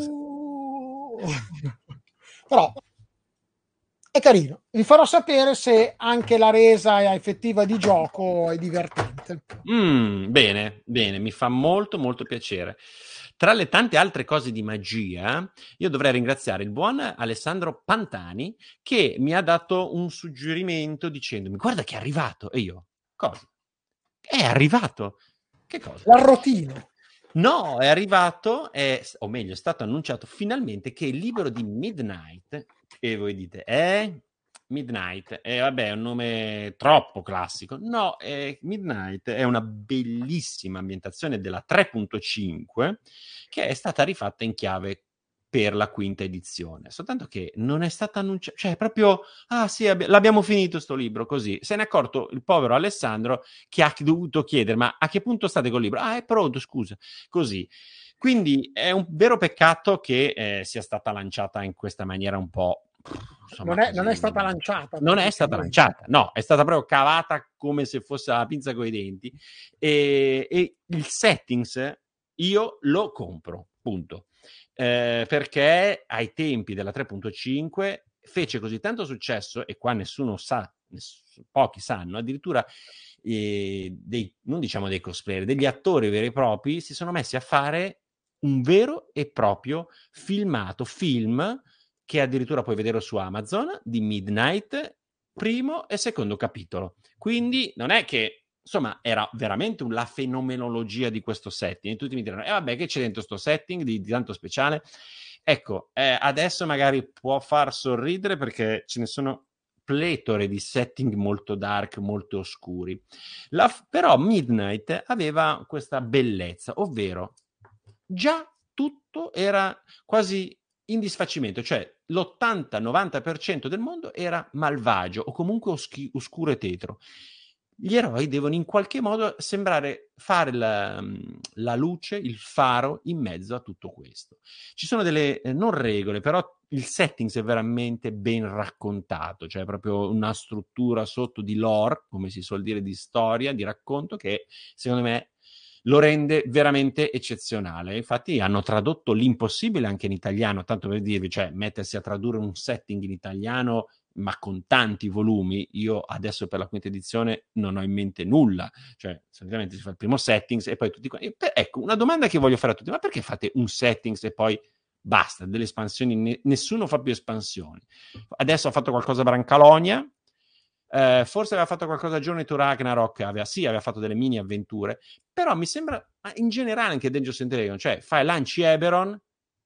Però è carino. Vi farò sapere se anche la resa effettiva di gioco è divertente. Bene, mi fa molto molto piacere. Tra le tante altre cose di magia, io dovrei ringraziare il buon Alessandro Pantani, che mi ha dato un suggerimento dicendomi: guarda che è arrivato. E io, cosa? È arrivato? Che cosa? L'arrotino. No, è arrivato, o meglio, è stato annunciato finalmente che il libro di Midnight, e voi dite, Midnight, vabbè, è un nome troppo classico. No, Midnight è una bellissima ambientazione della 3.5 che è stata rifatta in chiave per la quinta edizione, soltanto che non è stata annunciata, cioè proprio, sì, l'abbiamo finito sto libro, così. Se ne è accorto il povero Alessandro, che ha dovuto chiedere: ma a che punto state col libro? È pronto, scusa, così. Quindi è un vero peccato che sia stata lanciata in questa maniera un po'... Insomma, non è stata lanciata. Non è stata lanciata, no, è stata proprio cavata come se fosse la pinza coi denti. E il settings io lo compro, punto. Perché ai tempi della 3.5 fece così tanto successo, e qua nessuno sa, pochi sanno, addirittura non diciamo dei cosplayer, degli attori veri e propri si sono messi a fare un vero e proprio film che addirittura puoi vedere su Amazon, di Midnight, primo e secondo capitolo. Quindi non è che, insomma, era veramente la fenomenologia di questo setting. E tutti mi diranno, vabbè, che c'è dentro sto setting di tanto speciale? Ecco, adesso magari può far sorridere perché ce ne sono pletore di setting molto dark, molto oscuri. Però Midnight aveva questa bellezza, ovvero già tutto era quasi in disfacimento, cioè l'80-90% del mondo era malvagio o comunque oscuro e tetro. Gli eroi devono in qualche modo sembrare fare la luce, il faro in mezzo a tutto questo. Ci sono delle non regole, però il setting è veramente ben raccontato, cioè proprio una struttura sotto di lore, come si suol dire, di storia, di racconto, che secondo me lo rende veramente eccezionale. Infatti hanno tradotto l'impossibile anche in italiano, tanto per dirvi, cioè mettersi a tradurre un setting in italiano ma con tanti volumi. Io adesso per la quinta edizione non ho in mente nulla, cioè solitamente si fa il primo settings e poi tutti ecco, una domanda che voglio fare a tutti: ma perché fate un settings e poi basta, delle espansioni, nessuno fa più espansioni? Adesso ha fatto qualcosa Brancalonia, forse aveva fatto qualcosa Journey to Ragnarok, aveva fatto delle mini avventure, però mi sembra in generale anche Dungeons and Dragons, cioè lanci Eberron,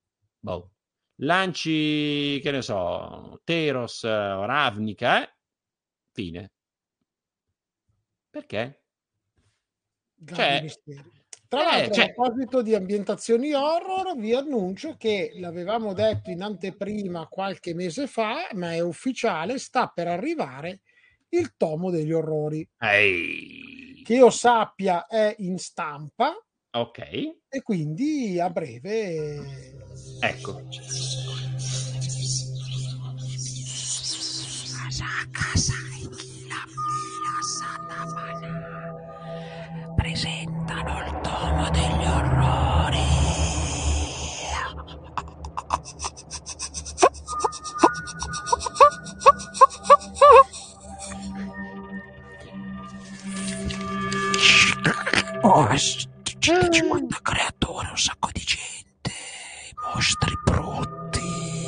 lanci, che ne so, Teros o Ravnica, fine. Perché? Tra l'altro, a proposito di ambientazioni horror, vi annuncio che l'avevamo detto in anteprima qualche mese fa, ma è ufficiale, sta per arrivare il tomo degli orrori. Che io sappia è in stampa. Ok. E quindi a breve... Ecco. Presentano il tomo degli orrori. C'è molta creatura, un sacco di gente, mostri brutti,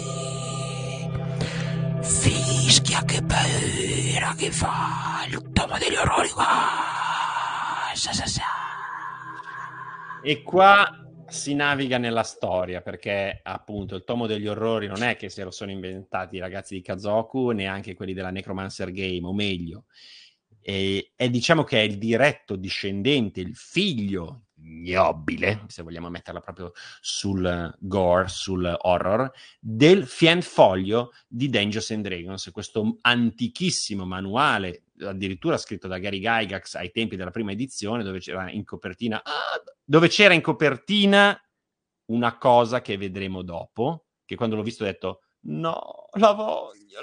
fischia, che paura che fa il tomo degli orrori qua. E qua si naviga nella storia, perché appunto il tomo degli orrori non è che se lo sono inventati i ragazzi di Kazoku, neanche quelli della Necromancer Game, o meglio, è diciamo che è il diretto discendente, il figlio ignobile, se vogliamo metterla proprio sul gore, sul horror, del Fienfoglio di Dungeons and Dragons, questo antichissimo manuale, addirittura scritto da Gary Gygax ai tempi della prima edizione, dove c'era in copertina una cosa che vedremo dopo, che quando l'ho visto ho detto no, la voglio.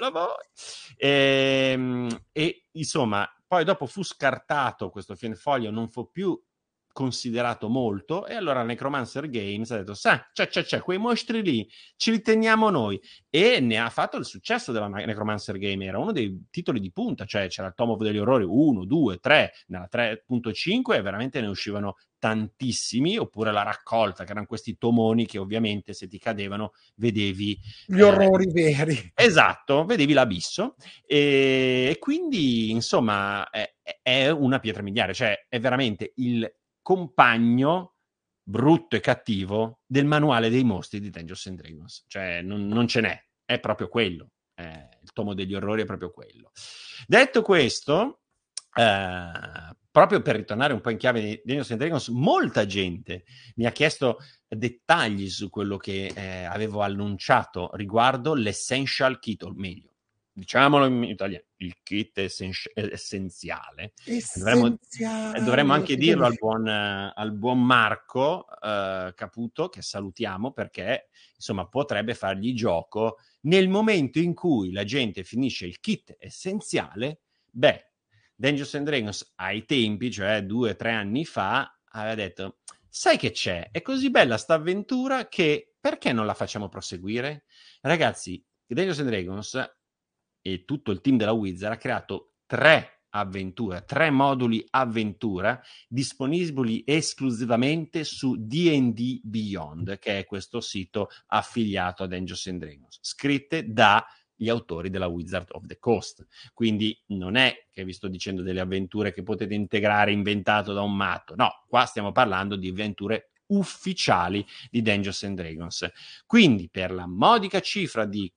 E insomma, poi dopo fu scartato questo Fienfoglio, non fu più considerato molto, e allora Necromancer Games ha detto c'è quei mostri lì, ce li teniamo noi, e ne ha fatto il successo della Necromancer Game. Era uno dei titoli di punta, cioè c'era il tomo degli orrori 1, 2, 3, nella 3.5 e veramente ne uscivano tantissimi, oppure la raccolta, che erano questi tomoni che ovviamente se ti cadevano vedevi gli orrori veri. Esatto, vedevi l'abisso, e quindi insomma è una pietra miliare, cioè è veramente il compagno brutto e cattivo del manuale dei mostri di Dungeons and Dragons, cioè non ce n'è, è proprio quello, il tomo degli orrori è proprio quello. Detto questo, proprio per ritornare un po' in chiave di Dungeons and Dragons, molta gente mi ha chiesto dettagli su quello che avevo annunciato riguardo l'Essential Kit, o meglio, diciamolo in italiano, il kit essenziale. Dovremmo anche dirlo al buon Marco Caputo, che salutiamo, perché insomma potrebbe fargli gioco nel momento in cui la gente finisce il kit essenziale. Dungeons and Dragons ai tempi, cioè 2 o 3 anni fa, aveva detto sai che c'è? È così bella sta avventura che perché non la facciamo proseguire? Ragazzi, Dungeons and Dragons e tutto il team della Wizard ha creato 3 avventure, 3 moduli avventura disponibili esclusivamente su D&D Beyond, che è questo sito affiliato a Dungeons and Dragons, scritte dagli autori della Wizard of the Coast. Quindi non è che vi sto dicendo delle avventure che potete integrare inventato da un matto, no, qua stiamo parlando di avventure ufficiali di Dungeons and Dragons. Quindi per la modica cifra di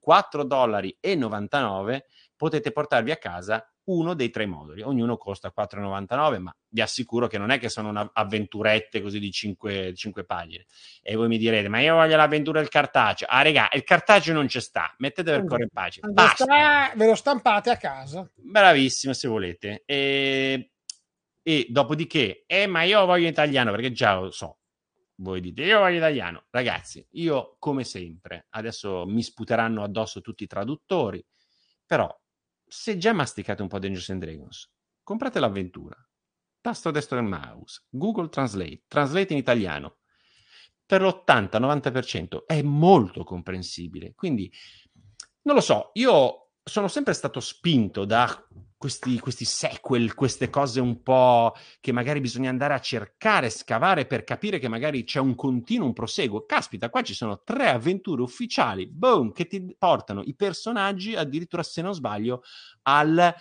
$4,99 potete portarvi a casa uno dei 3 moduli. Ognuno costa $4,99, ma vi assicuro che non è che sono avventurette così di 5 pagine. E voi mi direte, ma io voglio l'avventura del cartaceo. Ah, regà, il cartaceo non ci sta, mettete per correre in pace. Basta. Ve lo stampate a casa. Bravissimo, se volete. E dopodiché, ma io voglio italiano, perché già lo so. Voi dite, io voglio italiano. Ragazzi, io come sempre, adesso mi sputeranno addosso tutti i traduttori, però se già masticate un po' Dungeons and Dragons, comprate l'avventura, tasto destro del mouse, Google Translate in italiano, per l'80-90% è molto comprensibile. Quindi, non lo so, io sono sempre stato spinto da questi sequel, queste cose un po' che magari bisogna andare a cercare, scavare per capire che magari c'è un continuo, un proseguo. Caspita, qua ci sono 3 avventure ufficiali, boom, che ti portano i personaggi addirittura, se non sbaglio, al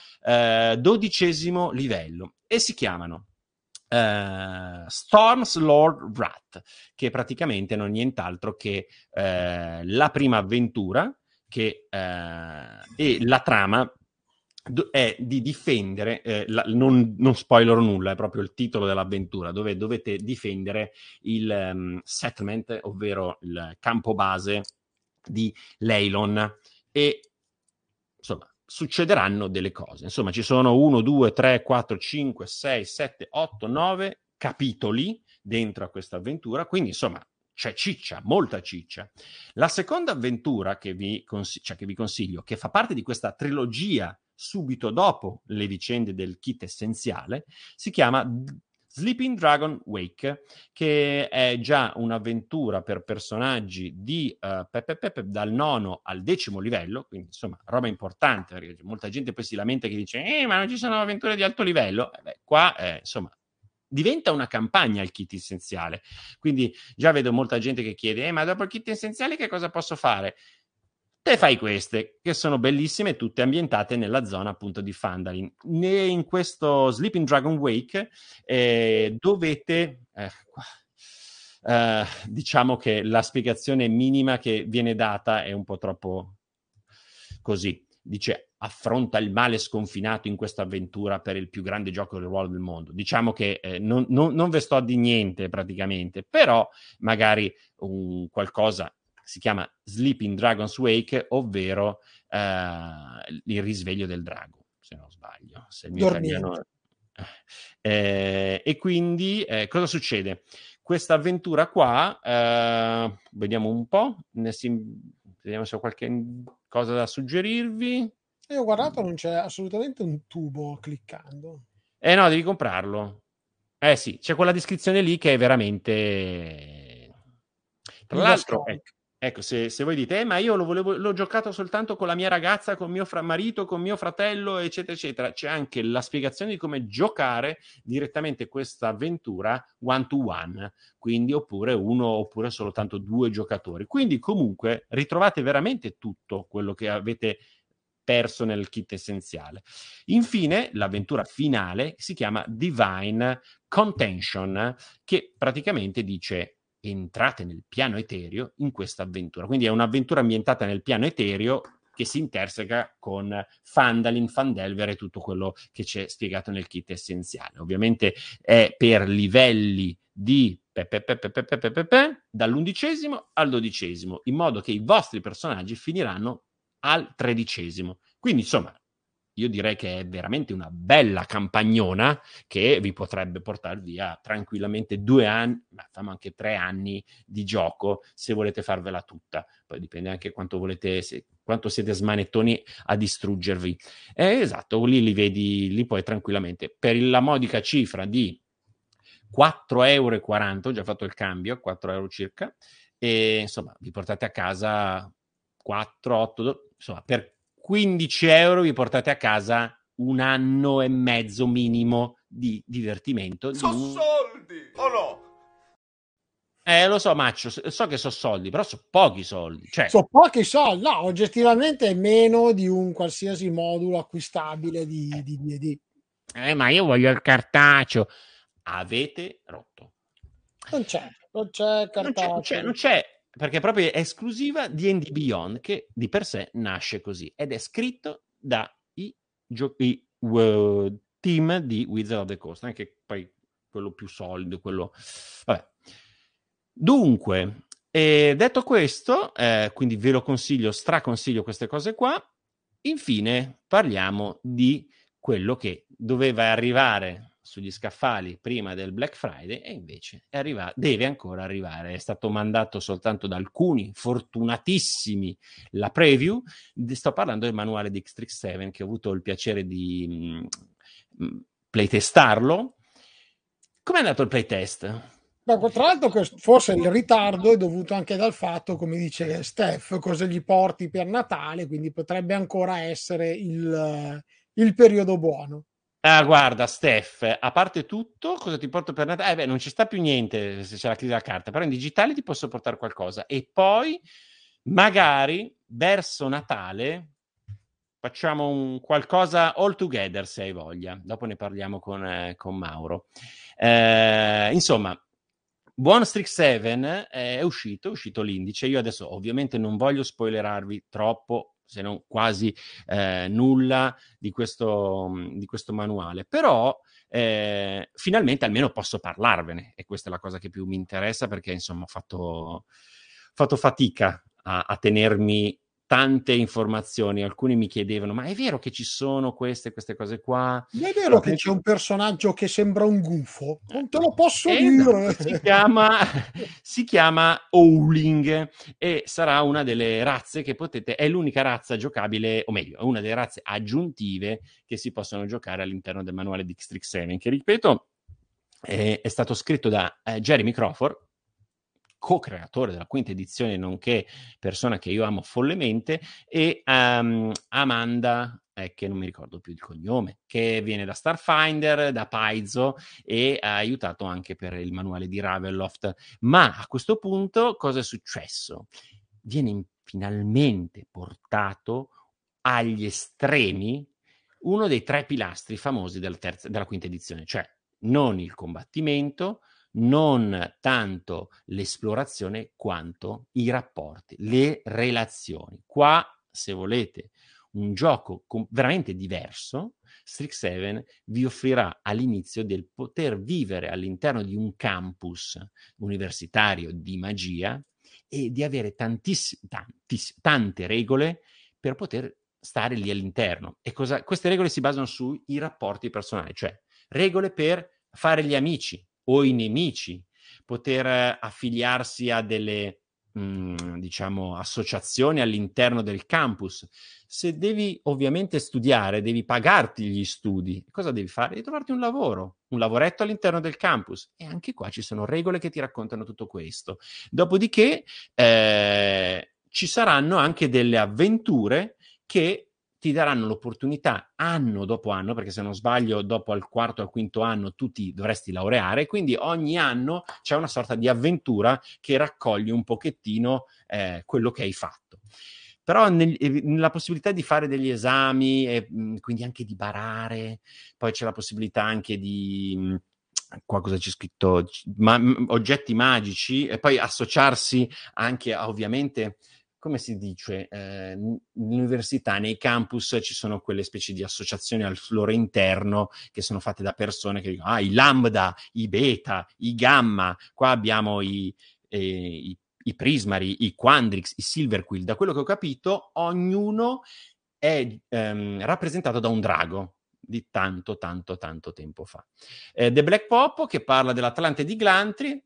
12° livello e si chiamano Storm's Lord Wrath, che praticamente non è nient'altro che la prima avventura che e la trama è di difendere, non spoilerò nulla, è proprio il titolo dell'avventura, dove dovete difendere il settlement, ovvero il campo base di Leylon, e insomma succederanno delle cose. Insomma, ci sono 1, 2, 3, 4, 5, 6, 7, 8, 9 capitoli dentro a questa avventura, quindi insomma c'è ciccia, molta ciccia. La seconda avventura che vi consiglio, che fa parte di questa trilogia subito dopo le vicende del kit essenziale, si chiama Sleeping Dragon Wake, che è già un'avventura per personaggi di dal 9° al 10° livello, quindi insomma roba importante, perché molta gente poi si lamenta che dice ma non ci sono avventure di alto livello. Qua insomma diventa una campagna il kit essenziale, quindi già vedo molta gente che chiede ma dopo il kit essenziale che cosa posso fare? Te fai queste, che sono bellissime, tutte ambientate nella zona appunto di Phandalin. In questo Sleeping Dragon Wake dovete diciamo che la spiegazione minima che viene data è un po' troppo così. Dice, affronta il male sconfinato in questa avventura per il più grande gioco di ruolo del mondo. Diciamo che non ve sto di niente praticamente, però magari qualcosa si chiama Sleeping Dragon's Wake, ovvero il risveglio del drago, se non sbaglio. Se il mio italiano... e quindi cosa succede? Questa avventura qua, vediamo un po', vediamo se ho qualche cosa da suggerirvi. Io ho guardato, non c'è assolutamente un tubo cliccando. No, devi comprarlo. Sì, c'è quella descrizione lì che è veramente... Tra l'altro, ecco, se voi dite, ma io l'ho giocato soltanto con la mia ragazza, con mio marito, con mio fratello, eccetera, eccetera, c'è anche la spiegazione di come giocare direttamente questa avventura one to one, quindi oppure soltanto 2 giocatori. Quindi comunque ritrovate veramente tutto quello che avete perso nel kit essenziale. Infine, l'avventura finale si chiama Divine Contention, che praticamente dice entrate nel piano etereo in questa avventura. Quindi è un'avventura ambientata nel piano etereo che si interseca con Phandalin, Phandelver e tutto quello che c'è spiegato nel kit essenziale. Ovviamente è per livelli di dall'11° al 12°, in modo che i vostri personaggi finiranno al 13°. Quindi insomma io direi che è veramente una bella campagnona che vi potrebbe portare via tranquillamente 2 anni, ma famo anche 3 anni di gioco se volete farvela tutta. Poi dipende anche quanto siete smanettoni a distruggervi. Esatto, lì li vedi, li puoi tranquillamente per la modica cifra di 4,40 €, ho già fatto il cambio, 4 euro circa, e insomma vi portate a casa 4, 8, insomma per 15 euro vi portate a casa un anno e mezzo minimo di divertimento. Soldi, o no? Lo so, Maccio, so che sono soldi, però sono pochi soldi. Cioè, Sono pochi soldi, no, oggettivamente è meno di un qualsiasi modulo acquistabile di D&D. Ma io voglio il cartaceo. Avete rotto. Non c'è cartaceo. Non c'è, perché proprio è esclusiva di D&D Beyond, che di per sé nasce così, ed è scritto dai team di Wizard of the Coast, anche poi quello più solido, quello... Vabbè. Dunque, detto questo, quindi ve lo consiglio, straconsiglio queste cose qua. Infine parliamo di quello che doveva arrivare sugli scaffali prima del Black Friday e invece deve ancora arrivare. È stato mandato soltanto da alcuni fortunatissimi la preview. Sto parlando del manuale di X-Trix 7, che ho avuto il piacere di playtestarlo. Com'è andato il playtest? Beh, tra l'altro forse il ritardo è dovuto anche dal fatto, come dice Steph, cosa gli porti per Natale, quindi potrebbe ancora essere il periodo buono. Guarda, Steph, a parte tutto, cosa ti porto per Natale? Non ci sta più niente se c'è la crisi della carta, però in digitale ti posso portare qualcosa. E poi, magari, verso Natale, facciamo un qualcosa all together, se hai voglia. Dopo ne parliamo con Mauro. Insomma, Buon Strix 7 è uscito l'indice. Io adesso ovviamente non voglio spoilerarvi troppo, se non quasi nulla di questo manuale, però finalmente almeno posso parlarvene, e questa è la cosa che più mi interessa, perché insomma ho fatto fatica a tenermi tante informazioni. Alcuni mi chiedevano: ma è vero che ci sono queste cose qua? Ma è vero che c'è un personaggio che sembra un gufo? Non te lo posso dire. No, si chiama Howling, e sarà una delle razze che è l'unica razza giocabile, o meglio, è una delle razze aggiuntive che si possono giocare all'interno del manuale di X-Trix 7, che ripeto è stato scritto da Jeremy Crawford, co-creatore della quinta edizione, nonché persona che io amo follemente, e Amanda, che non mi ricordo più il cognome, che viene da Starfinder, da Paizo, e ha aiutato anche per il manuale di Ravenloft. Ma a questo punto cosa è successo? Viene finalmente portato agli estremi uno dei 3 pilastri famosi della quinta edizione, cioè non il combattimento, non tanto l'esplorazione, quanto i rapporti, le relazioni. Qua, se volete un gioco veramente diverso, Strix 7 vi offrirà all'inizio del poter vivere all'interno di un campus universitario di magia e di avere tante regole per poter stare lì all'interno. E queste regole si basano sui rapporti personali, cioè regole per fare gli amici o i nemici, poter affiliarsi a delle diciamo associazioni all'interno del campus. Se devi ovviamente studiare, devi pagarti gli studi. Cosa devi fare? Devi trovarti un lavoro, un lavoretto all'interno del campus, e anche qua ci sono regole che ti raccontano tutto questo. Dopodiché ci saranno anche delle avventure che ti daranno l'opportunità anno dopo anno, perché se non sbaglio dopo al quarto o al quinto anno tu ti dovresti laureare, quindi ogni anno c'è una sorta di avventura che raccoglie un pochettino quello che hai fatto. Però nella possibilità di fare degli esami e quindi anche di barare, poi c'è la possibilità anche di... qua cosa c'è scritto? Oggetti magici, e poi associarsi anche a, ovviamente... come si dice, nell'università, nei campus ci sono quelle specie di associazioni al loro interno che sono fatte da persone che dicono i lambda, i beta, i gamma, qua abbiamo i prismari, i quandrix, i silverquill. Da quello che ho capito, ognuno è rappresentato da un drago di tanto tempo fa. The Black Popo, che parla dell'Atlante di Glantri,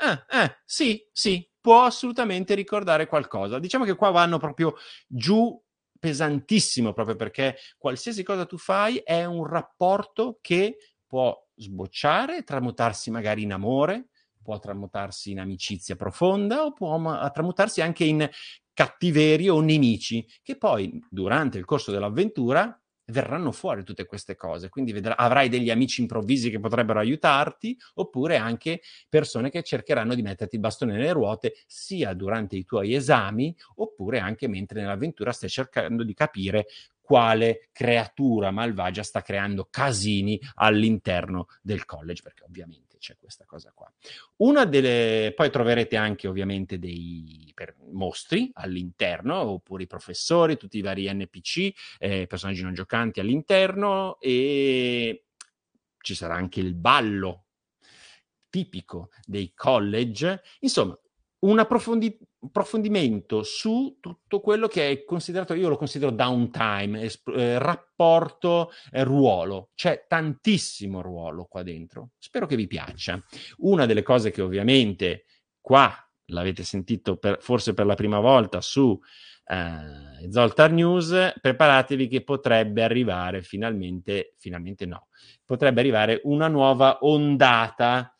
sì, può assolutamente ricordare qualcosa. Diciamo che qua vanno proprio giù pesantissimo, proprio perché qualsiasi cosa tu fai è un rapporto che può sbocciare, tramutarsi magari in amore, può tramutarsi in amicizia profonda o può tramutarsi anche in cattiveria o nemici, che poi durante il corso dell'avventura verranno fuori tutte queste cose, quindi avrai degli amici improvvisi che potrebbero aiutarti, oppure anche persone che cercheranno di metterti il bastone nelle ruote, sia durante i tuoi esami, oppure anche mentre nell'avventura stai cercando di capire quale creatura malvagia sta creando casini all'interno del college, perché ovviamente c'è questa cosa qua. Poi troverete anche ovviamente dei mostri all'interno, oppure i professori, tutti i vari NPC, personaggi non giocanti all'interno, e ci sarà anche il ballo tipico dei college. Insomma, un approfondimento su tutto quello che è considerato, io lo considero downtime, rapporto, ruolo. C'è tantissimo ruolo qua dentro. Spero che vi piaccia. Una delle cose che ovviamente qua l'avete sentito forse per la prima volta su Zoltar News, preparatevi che potrebbe arrivare finalmente no, potrebbe arrivare una nuova ondata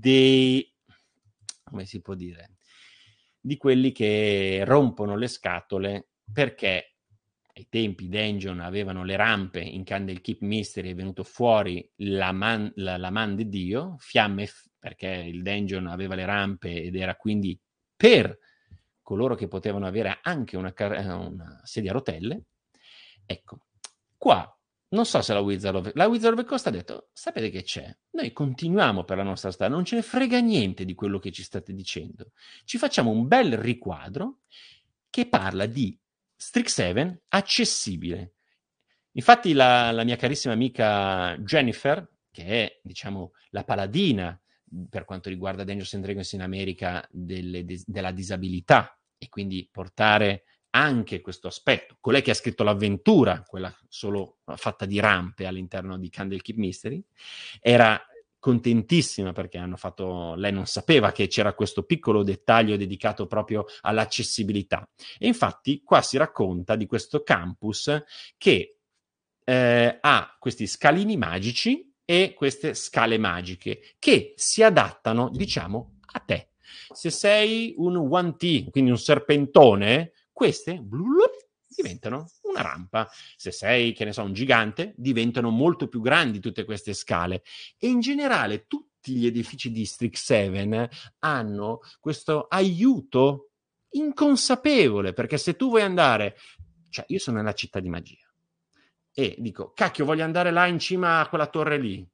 come si può dire, di quelli che rompono le scatole, perché ai tempi Dungeon avevano le rampe, in Candlekeep Mystery è venuto fuori la man di Dio, fiamme, perché il Dungeon aveva le rampe ed era quindi per coloro che potevano avere anche una sedia a rotelle. Ecco, qua non so se la Wizard of the Coast ha detto: sapete che c'è? Noi continuiamo per la nostra strada, non ce ne frega niente di quello che ci state dicendo. Ci facciamo un bel riquadro che parla di Strixhaven accessibile. Infatti la mia carissima amica Jennifer, che è, diciamo, la paladina per quanto riguarda Dungeons & Dragons in America della disabilità, e quindi portare anche questo aspetto, colei che ha scritto l'avventura, quella solo fatta di rampe all'interno di Candlekeep Mystery, era contentissima perché lei non sapeva che c'era questo piccolo dettaglio dedicato proprio all'accessibilità. E infatti qua si racconta di questo campus che ha questi scalini magici e queste scale magiche che si adattano, diciamo, a te. Se sei un 1T, quindi un serpentone, queste diventano una rampa. Se sei, che ne so, un gigante, diventano molto più grandi tutte queste scale. E in generale tutti gli edifici di Strixhaven hanno questo aiuto inconsapevole, perché se tu vuoi andare, cioè io sono nella città di magia e dico, cacchio, voglio andare là in cima a quella torre lì.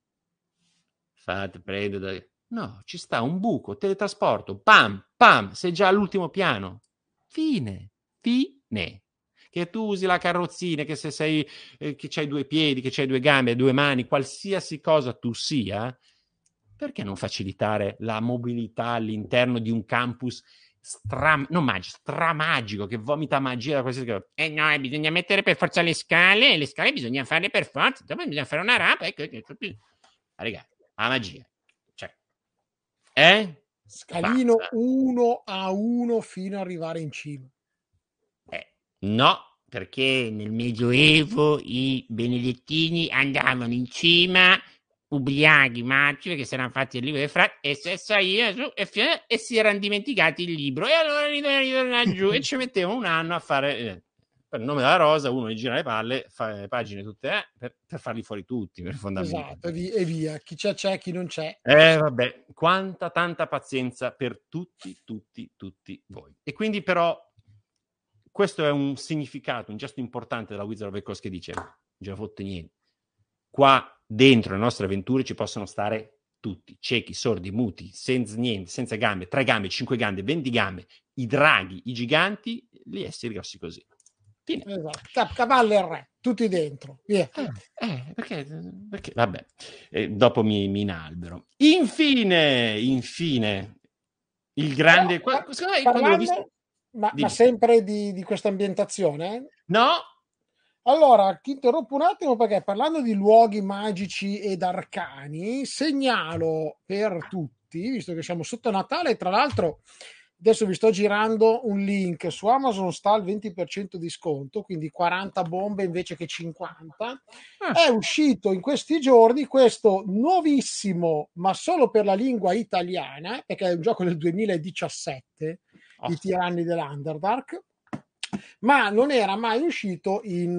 No, ci sta un buco, teletrasporto, pam, pam, sei già all'ultimo piano. Fine. Che tu usi la carrozzina, che se sei, che c'hai 2 piedi, che c'hai 2 gambe, 2 mani, qualsiasi cosa tu sia, perché non facilitare la mobilità all'interno di un campus stramagico, che vomita magia da qualsiasi cosa? No, bisogna mettere per forza le scale bisogna farle per forza, dopo bisogna fare una rampa, ragazzi, la magia. Scalino basta. 1 a 1 fino ad arrivare in cima. No, perché nel Medioevo i benedettini andavano in cima ubriachi, matti, perché si erano fatti il libro dei frati, e se salivano su e si erano dimenticati il libro, e allora ritornavano giù e ci mettevano un anno a fare per il nome della rosa, uno gli gira le palle, fa le pagine tutte per farli fuori tutti, per fondamento. Esatto, e via, chi c'è, chi non c'è. Vabbè, tanta pazienza per tutti voi. E quindi però questo è un significato, un gesto importante della Wizard of the Coast, che dice: non ce ne fotte niente. Qua dentro le nostre avventure ci possono stare tutti, ciechi, sordi, muti, senza niente, senza gambe, 3 gambe, 5 gambe, 20 gambe, i draghi, i giganti, gli esseri grossi così. Fine. Esatto. Cavallo e re, tutti dentro, via. Perché vabbè, dopo mi inalbero. Infine, il grande... Ma sempre di questa ambientazione? No. Allora, ti interrompo un attimo, perché parlando di luoghi magici ed arcani, segnalo per tutti, visto che siamo sotto Natale, tra l'altro Adesso vi sto girando un link su Amazon, sta al 20% di sconto, quindi 40 bombe invece che 50. È uscito in questi giorni questo nuovissimo, ma solo per la lingua italiana, perché è un gioco del 2017, I Tiranni dell'Underdark, ma non era mai uscito in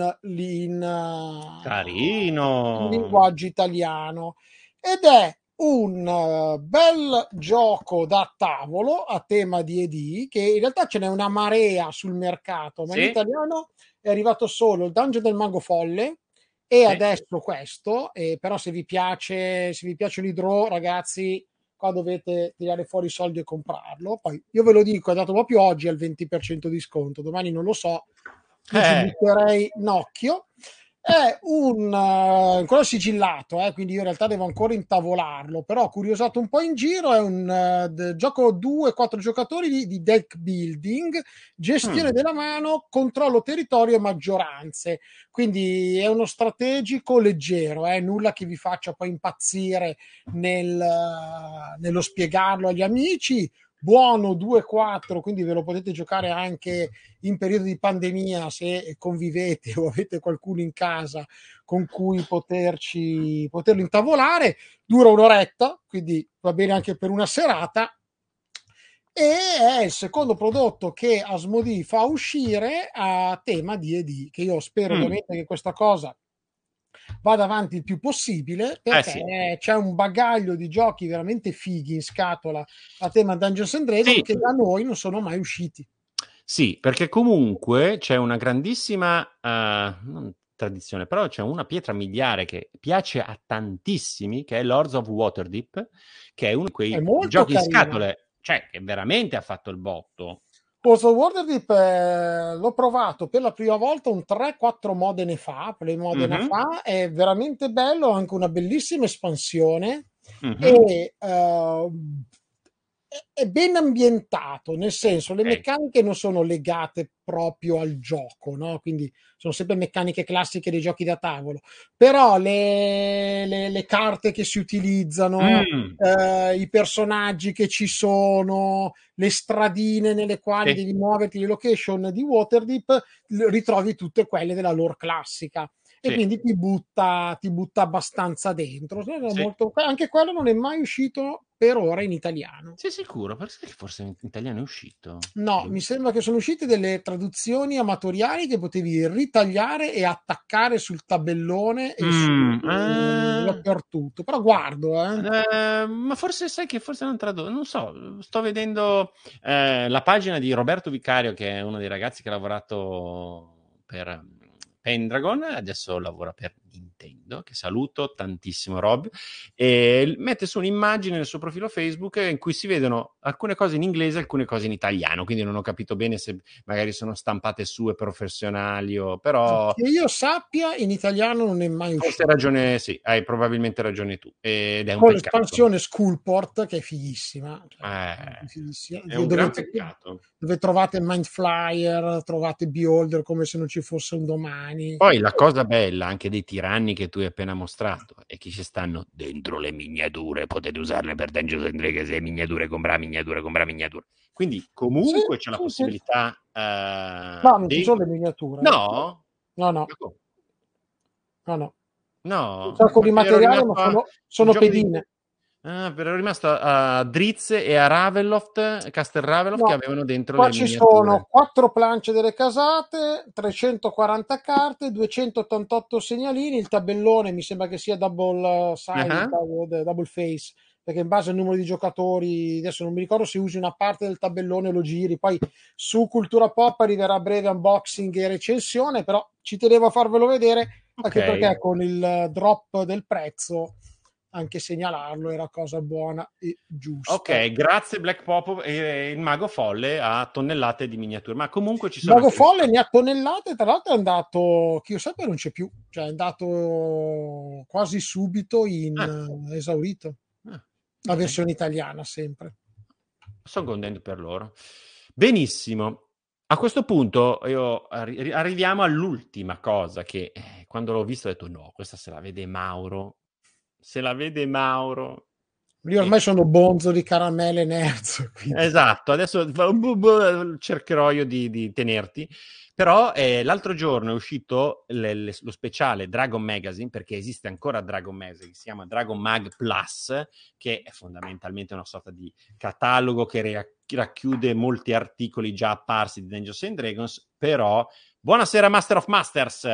Carino! linguaggio italiano. Ed è un bel gioco da tavolo a tema D&D, che in realtà ce n'è una marea sul mercato, ma in italiano è arrivato solo il Dungeon del Mago Folle e adesso questo, però se vi piacciono i draw, ragazzi, qua dovete tirare fuori i soldi e comprarlo. Poi io ve lo dico, è dato proprio oggi al 20% di sconto, domani non lo so, io ci butterei un occhio. È ancora sigillato, quindi io in realtà devo ancora intavolarlo, però curiosato un po' in giro, è un gioco 2-4 giocatori di deck building, gestione della mano, controllo territorio e maggioranze, quindi è uno strategico leggero, nulla che vi faccia poi impazzire nello spiegarlo agli amici. Buono 2-4, quindi ve lo potete giocare anche in periodo di pandemia se convivete o avete qualcuno in casa con cui poterlo intavolare. Dura un'oretta, quindi va bene anche per una serata, e è il secondo prodotto che Asmodee fa uscire a tema D&D, che io spero ovviamente che questa cosa vada avanti il più possibile, perché c'è un bagaglio di giochi veramente fighi in scatola a tema Dungeons and Dragons che da noi non sono mai usciti. Sì, perché comunque c'è una grandissima non tradizione, però c'è una pietra miliare che piace a tantissimi, che è Lords of Waterdeep, che è uno di quei giochi in scatole, cioè che veramente ha fatto il botto. Lords of Waterdeep l'ho provato per la prima volta un 3-4 modene fa, è veramente bello, ha anche una bellissima espansione e è ben ambientato, nel senso le meccaniche non sono legate proprio al gioco, no? Quindi sono sempre meccaniche classiche dei giochi da tavolo, però le carte che si utilizzano, i personaggi che ci sono, le stradine nelle quali devi muoverti, le location di Waterdeep, ritrovi tutte quelle della lore classica. E quindi ti butta abbastanza dentro. Anche quello non è mai uscito per ora in italiano. Sei sicuro? Perché forse in italiano è uscito? No, mi sembra che sono uscite delle traduzioni amatoriali che potevi ritagliare e attaccare sul tabellone e dappertutto. Però guardo, ma forse sai che forse non tradotto, non so, sto vedendo la pagina di Roberto Vicario, che è uno dei ragazzi che ha lavorato per Pendragon, adesso lavora per Nintendo, che saluto tantissimo Rob, e mette su un'immagine nel suo profilo Facebook in cui si vedono alcune cose in inglese e alcune cose in italiano, quindi non ho capito bene se magari sono stampate sue professionali o però... Che io sappia in italiano non è mai uscito. Forse ragione, sì, hai probabilmente ragione tu, ed è un con peccato. L'espansione Skullport che è fighissima, è un gran peccato, dove trovate Mind Flyer, trovate Beholder come se non ci fosse un domani. Poi la cosa bella anche dei tiranni che tu hai appena mostrato è che ci stanno dentro le miniature, potete usarle per Dungeons and Dragons, se miniature, compra miniature. Quindi comunque c'è la possibilità no, non ci sono le miniature. No? No. Un sacco di materiale, ma sono pedine. Ero rimasto a Drizze e a Ravenloft, Castle Ravenloft, che avevano dentro qua le ci miniature. Sono 4 planche delle casate, 340 carte, 288 segnalini, il tabellone mi sembra che sia double side, double face, perché in base al numero di giocatori, adesso non mi ricordo se usi una parte del tabellone o lo giri, poi su Cultura Pop arriverà a breve unboxing e recensione, però ci tenevo a farvelo vedere, anche perché con il drop del prezzo anche segnalarlo era cosa buona e giusta. Ok, grazie Black Pop e il Mago Folle a tonnellate di miniature, ma comunque ci sono... Il Mago Folle ne ha tonnellate, tra l'altro è andato, che io sappia non c'è più, cioè è andato quasi subito in esaurito. La versione italiana sempre. Sono contento per loro. Benissimo. A questo punto io arriviamo all'ultima cosa che quando l'ho visto ho detto no, questa se la vede Mauro. Io ormai sono bonzo di caramelle nerds. Quindi. Esatto, adesso cercherò io di tenerti. Però l'altro giorno è uscito lo speciale Dragon Magazine, perché esiste ancora Dragon Magazine, si chiama Dragon Mag Plus, che è fondamentalmente una sorta di catalogo che racchiude molti articoli già apparsi di Dungeons and Dragons, però buonasera Master of Masters!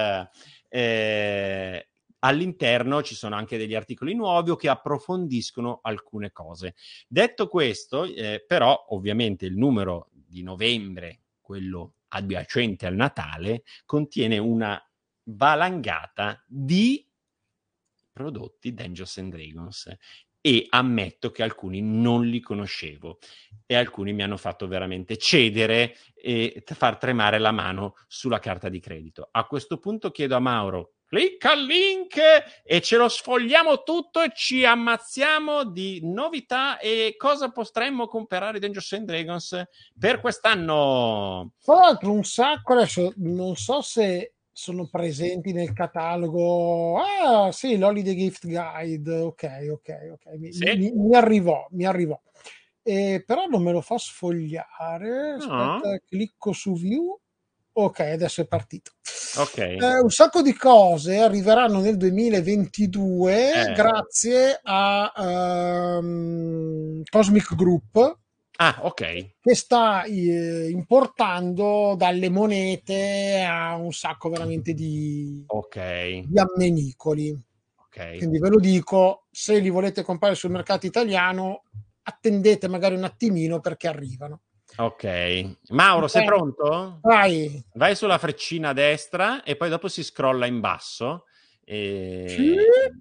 All'interno ci sono anche degli articoli nuovi o che approfondiscono alcune cose. Detto questo, però ovviamente il numero di novembre, quello adiacente al Natale, contiene una valangata di prodotti Dungeons and Dragons e ammetto che alcuni non li conoscevo e alcuni mi hanno fatto veramente cedere e far tremare la mano sulla carta di credito. A questo punto chiedo a Mauro: clicca il link e ce lo sfogliamo tutto e ci ammazziamo di novità e cosa potremmo comprare Dungeons and Dragons per quest'anno. Tra l'altro un sacco, adesso non so se sono presenti nel catalogo. Ah sì, l'Holiday Gift Guide, ok, mi arrivò. Però non me lo fa sfogliare. Aspetta, clicco su view. Ok, adesso è partito. Okay. Un sacco di cose arriveranno nel 2022 grazie a Cosmic Group. Ah, ok. Che sta importando dalle monete a un sacco veramente di ammenicoli. Okay. Quindi ve lo dico, se li volete comprare sul mercato italiano, attendete magari un attimino perché arrivano. Ok, Mauro, sei pronto? Vai sulla freccina a destra e poi dopo si scrolla in basso e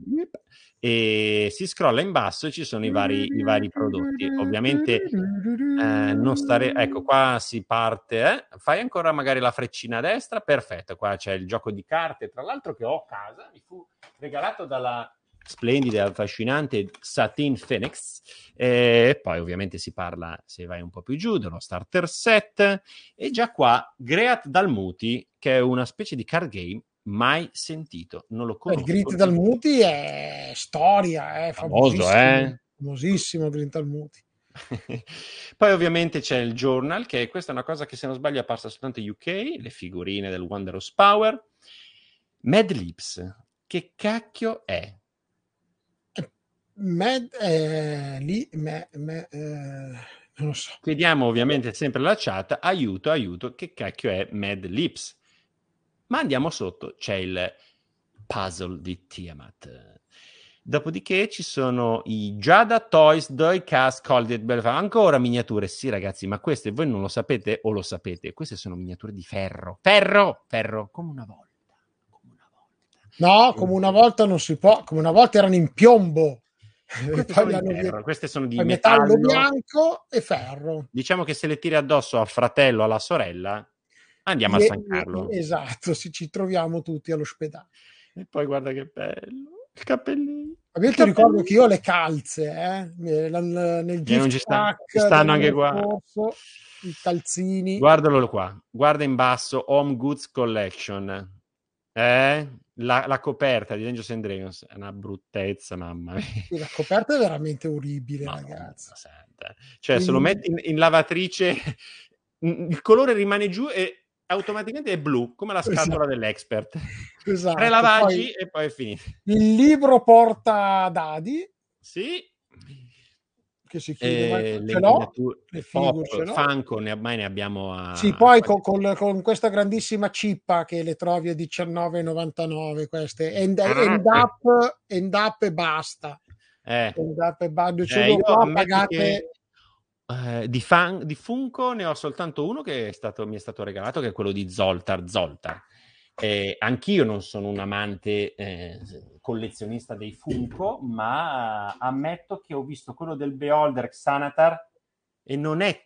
si scrolla in basso e ci sono i vari prodotti. Ovviamente non stare, ecco qua si parte, fai ancora magari la freccina a destra, perfetto, qua c'è il gioco di carte, tra l'altro che ho a casa, mi fu regalato dalla splendida e affascinante Satin Phoenix, e poi ovviamente si parla, se vai un po' più giù, dello starter set, e già qua Great Dalmuti, che è una specie di card game mai sentito, non lo conosco. Il Great Dalmuti è storia, famosissimo Great Dalmuti. Poi ovviamente c'è il journal, che questa è una cosa che se non sbaglio è apparsa soltanto in UK, le figurine del Wondrous Power. Mad Lips, che cacchio è? Non lo so. Chiediamo ovviamente sempre alla chat, aiuto, che cacchio è Mad Lips? Ma andiamo sotto, c'è il puzzle di Tiamat. Dopodiché ci sono i Giada Toys Diecast Colded ancora miniature, sì ragazzi, ma queste voi non lo sapete o lo sapete, queste sono miniature di ferro, come una volta. No, come una volta non si può, come una volta erano in piombo. Queste sono di metallo bianco e ferro. Diciamo che se le tiri addosso al fratello o alla sorella andiamo a San Carlo. Esatto, ci troviamo tutti all'ospedale. E poi guarda che bello, il cappellino. Io ti ricordo che io ho le calze, nel gift pack ci stanno anche qua. I calzini. Guardalo qua, guarda in basso, Home Goods Collection. La coperta di Dungeons and Dragons è una bruttezza, mamma mia. La coperta è veramente orribile, ragazzi. Cioè, se lo metti in lavatrice, il colore rimane giù e automaticamente è blu, come la scatola dell'Expert. Esatto. 3 lavaggi e poi è finito. Il libro porta dadi. Sì. Che si chiude, le Funko ne abbiamo sì, poi con questa grandissima cippa che le trovi a $19,99 queste end up e basta. End up e basta. Qua pagate di Funko ne ho soltanto uno che mi è stato regalato, che è quello di Zoltar. Anch'io non sono un amante collezionista dei Funko, ma ammetto che ho visto quello del Beholder Xanatar e non è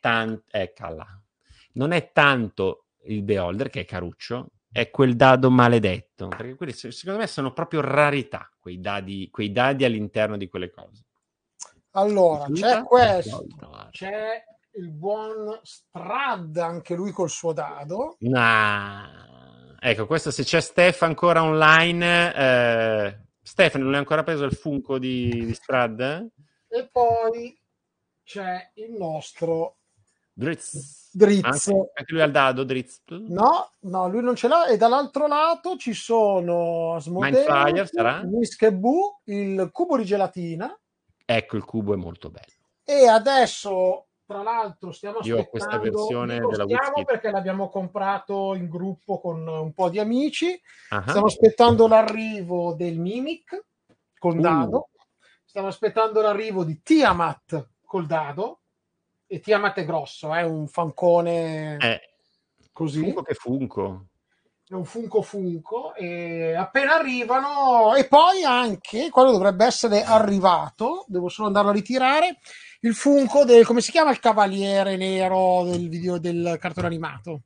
tanto il Beholder, che è caruccio, è quel dado maledetto, perché quelli secondo me sono proprio rarità, quei dadi all'interno di quelle cose. Allora, c'è questo, c'è il buon Strad, anche lui col suo dado. Ecco, questo se c'è Steph ancora online. Steph, non hai ancora preso il Funko di Strad? E poi c'è il nostro Drizzt. Drizzt. Anche lui al dado, Drizzt. No, lui non ce l'ha. E dall'altro lato ci sono Mindflyer, Asmodeus, sarà? Whisk e Boo, il cubo di gelatina. Ecco, il cubo è molto bello. E adesso, tra l'altro, stiamo Io ho questa aspettando. versione Dico della stiamo Wizkid. perché l'abbiamo comprato in gruppo con un po' di amici. Ah. Stiamo aspettando l'arrivo del Mimic col dado. Stiamo aspettando l'arrivo di Tiamat col dado. E Tiamat è grosso, è un fancone così. Funko che Funko. È un Funko e appena arrivano, e poi anche quello dovrebbe essere arrivato, devo solo andarlo a ritirare, il Funko del, come si chiama il cavaliere nero del video del cartone animato?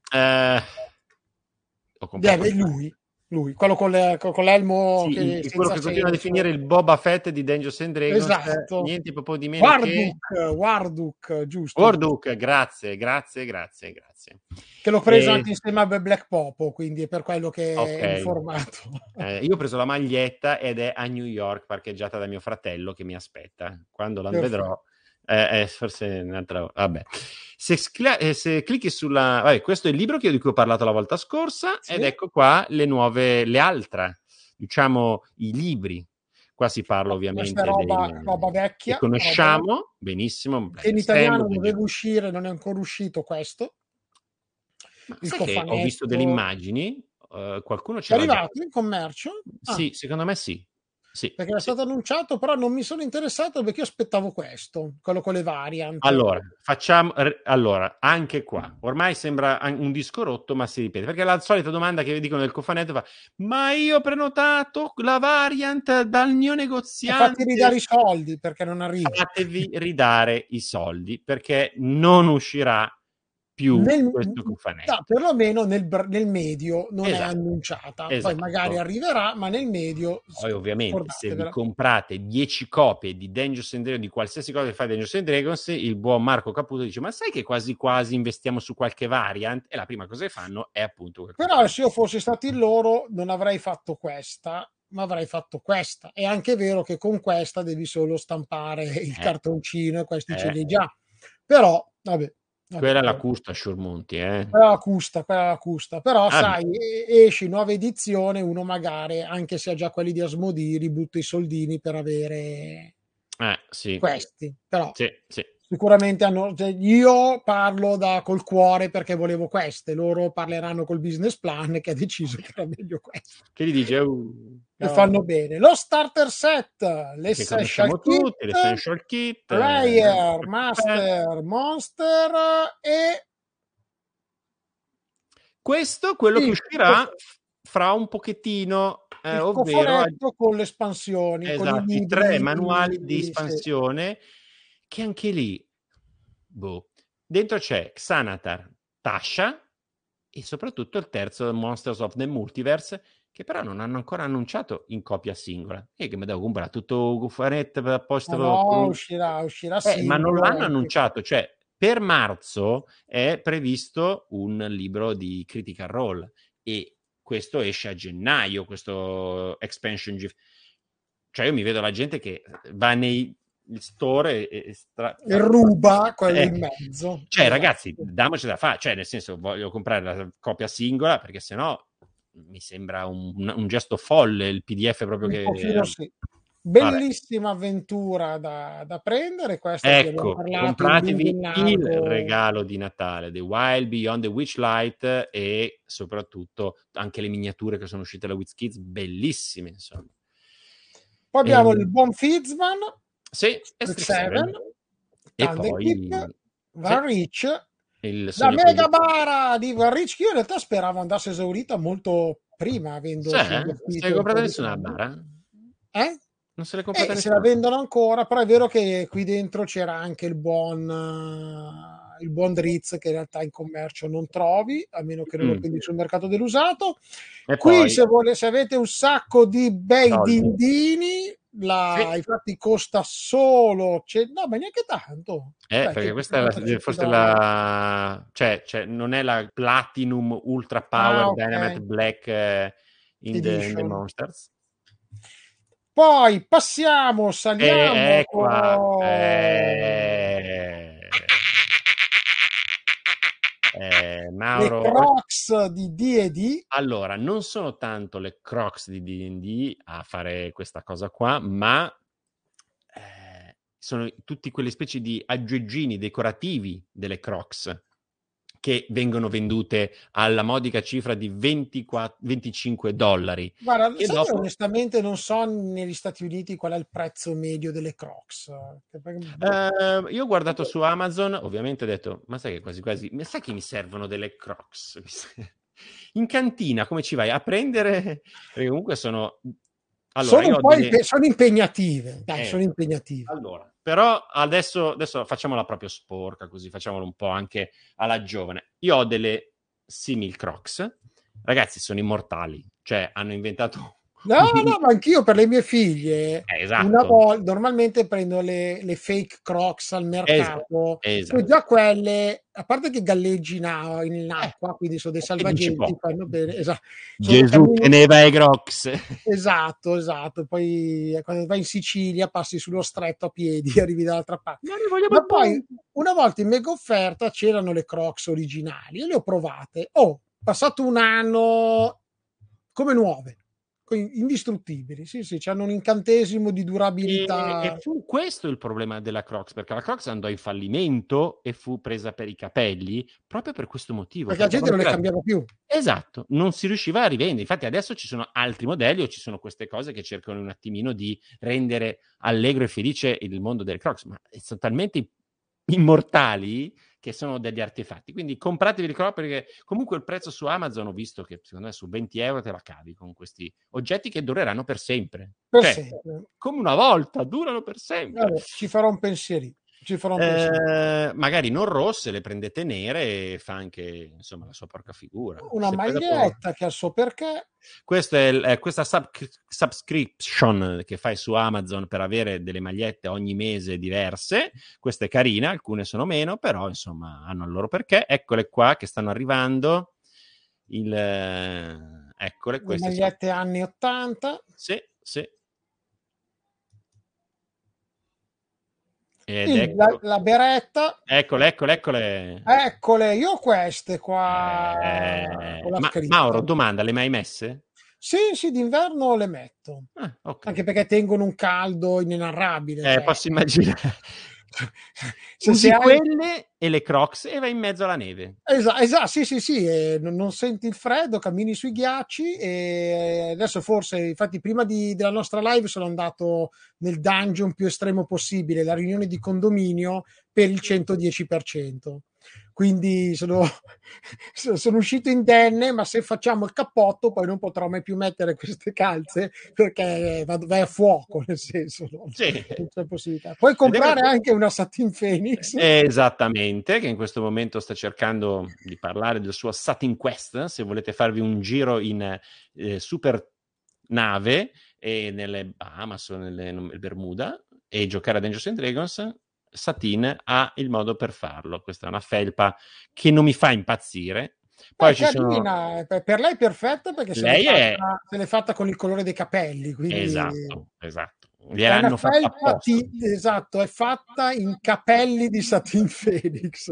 Lui, quello con l'elmo, sì, quello che continua a definire il Boba Fett di Dungeons and Dragons. Esatto. Niente proprio di meno Warduk, giusto? Warduk, grazie. Che l'ho preso anche insieme a Black Popo, quindi è per quello che è informato. Io ho preso la maglietta ed è a New York, parcheggiata da mio fratello che mi aspetta. Quando la vedrò, forse un'altra. Vabbè. Se clicchi sulla. Vabbè, questo è il libro di cui ho parlato la volta scorsa, sì. Ed ecco qua le altre, diciamo, i libri. Qua si parla ovviamente roba vecchia. Che conosciamo benissimo. Che in italiano doveva uscire, non è ancora uscito questo. Ho visto delle immagini, qualcuno è arrivato in commercio? Sì, secondo me sì. Perché era stato annunciato, però non mi sono interessato perché io aspettavo questo, quello con le variant. Allora, anche qua, ormai sembra un disco rotto, ma si ripete, perché la solita domanda che vi dicono nel cofanetto fa: ma io ho prenotato la variant dal mio negoziante. Fatti ridare i soldi perché non arriva. Fatevi ridare i soldi perché non uscirà più questo cofanetto. No, perlomeno nel medio non è annunciata. Poi magari arriverà, ma nel medio. Poi ovviamente se vi comprate 10 copie di Dungeons and Dragons, di qualsiasi cosa che fa Dungeons and Dragons, il buon Marco Caputo dice: ma sai che quasi quasi investiamo su qualche variant? E la prima cosa che fanno è appunto quel però cofanetto. Se io fossi stato in loro non avrei fatto questa, ma avrei fatto questa. È anche vero che con questa devi solo stampare il cartoncino e questi ce li hai già. Però vabbè. Quella è la custa, Sciormonti, Quella la custa. Però sai, esci nuova edizione, uno magari, anche se ha già quelli di Asmodee, ributta i soldini per avere questi. Però sicuramente io parlo col cuore perché volevo queste, loro parleranno col business plan che ha deciso che era meglio questo. Che gli dice? E fanno bene. Lo starter set, l'essential kit, player, master, monster e questo quello che uscirà fra un pochettino, il ovvero con le espansioni, con i 3 manuali di espansione che anche lì dentro c'è Xanatar, Tasha e soprattutto il terzo Monsters of the Multiverse, che però non hanno ancora annunciato in copia singola. E che mi devo comprare tutto Gufaret apposta. No, uscirà ma non l'hanno annunciato, cioè per marzo è previsto un libro di Critical Role e questo esce a gennaio, questo expansion GIF. Cioè io mi vedo la gente che va nei store e ruba quello in mezzo. Cioè ragazzi, damoci da fare, cioè nel senso voglio comprare la copia singola perché sennò mi sembra un gesto folle il PDF proprio che sì. Bellissima avventura da prendere questa. Ecco, compratevi il regalo di Natale The Wild Beyond the Witchlight e soprattutto anche le miniature che sono uscite da WizKids, bellissime insomma. Poi abbiamo il buon Fizzman, sì, Seven, e poi Van Rich, la mega bara di Van Rich che io in realtà speravo andasse esaurita molto prima, avendo stai comprando nessuna bara? Non se le comprate se la vendono ancora, però è vero che qui dentro c'era anche il buon Drizzt che in realtà in commercio non trovi, a meno che non lo prendi sul mercato dell'usato. E qui poi, se avete un sacco di bei dindini, infatti costa solo no, ma neanche tanto. Perché questa è forse cioè non è la Platinum Ultra Power Dynamite Black in the Monsters. Poi passiamo, saliamo qua. Mauro, le Crocs di D&D. Allora, non sono tanto le Crocs di D&D a fare questa cosa qua, ma sono tutti quelle specie di aggeggini decorativi delle Crocs che vengono vendute alla modica cifra di $25. Guarda, E sai, dopo... onestamente non so negli Stati Uniti qual è il prezzo medio delle Crocs. io ho guardato su Amazon, ovviamente ho detto, ma sai che quasi quasi, ma sai che mi servono delle Crocs? In cantina, come ci vai a prendere? Perché comunque sono... Allora, sono un po' sono impegnative. Dai, sono impegnative. Allora, però adesso facciamola proprio sporca, così facciamolo un po' anche alla giovane. Io ho delle simil Crocs, ragazzi, sono immortali, cioè hanno inventato... No, ma anch'io per le mie figlie esatto. normalmente prendo le fake Crocs al mercato, esatto. già quelle, a parte che galleggino in acqua, quindi sono dei salvagenti, fanno bene. Esatto. Gesù teneva i Crocs. Esatto. Poi quando vai in Sicilia passi sullo stretto a piedi, arrivi dall'altra parte. Ma poi una volta in mega offerta c'erano le Crocs originali e le ho provate. Passato un anno come nuove. Indistruttibili, sì, hanno un incantesimo di durabilità. E fu questo il problema della Crocs, perché la Crocs andò in fallimento e fu presa per i capelli proprio per questo motivo. Perché la gente non le cambiava più. Esatto, non si riusciva a rivendere. Infatti adesso ci sono altri modelli o ci sono queste cose che cercano un attimino di rendere allegro e felice il mondo delle Crocs, ma sono talmente immortali che sono degli artefatti. Quindi compratevi le Crocs, perché comunque il prezzo su Amazon ho visto che secondo me su €20 te la cavi con questi oggetti che dureranno per sempre. Sempre. Come una volta, durano per sempre. Vabbè, ci farò un pensierino. Magari non rosse, le prendete nere e fa anche insomma la sua porca figura. Una maglietta che ha il suo perché. Questa è questa subscription che fai su Amazon per avere delle magliette ogni mese diverse. Questa è carina, alcune sono meno, però insomma hanno il loro perché. Eccole qua che stanno arrivando. Eccole, queste magliette anni 80. Sì. La beretta. Eccole. Eccole, io ho queste qua. Mauro, domanda, le hai mai messe? Sì, d'inverno le metto. Okay. Anche perché tengono un caldo inenarrabile. Posso immaginare. Usi quelle e le Crocs e vai in mezzo alla neve. Esatto, sì. Non senti il freddo, cammini sui ghiacci e adesso forse, infatti prima della nostra live sono andato nel dungeon più estremo possibile, la riunione di condominio per il 110%. Quindi sono uscito indenne, ma se facciamo il cappotto poi non potrò mai più mettere queste calze perché vai a fuoco, nel senso non c'è possibilità. Puoi comprare anche una Satin Phoenix. Esattamente, che in questo momento sta cercando di parlare del suo Satin Quest, se volete farvi un giro in super nave e nelle Bahamas o nelle Bermuda e giocare a Dungeons and Dragons, Satin ha il modo per farlo. Questa è una felpa che non mi fa impazzire. Poi ci carina, per lei è perfetta perché se l'è fatta con il colore dei capelli. Quindi... Esatto. Gliel'hanno fatta apposta. Esatto, è fatta in capelli di Satin Phoenix.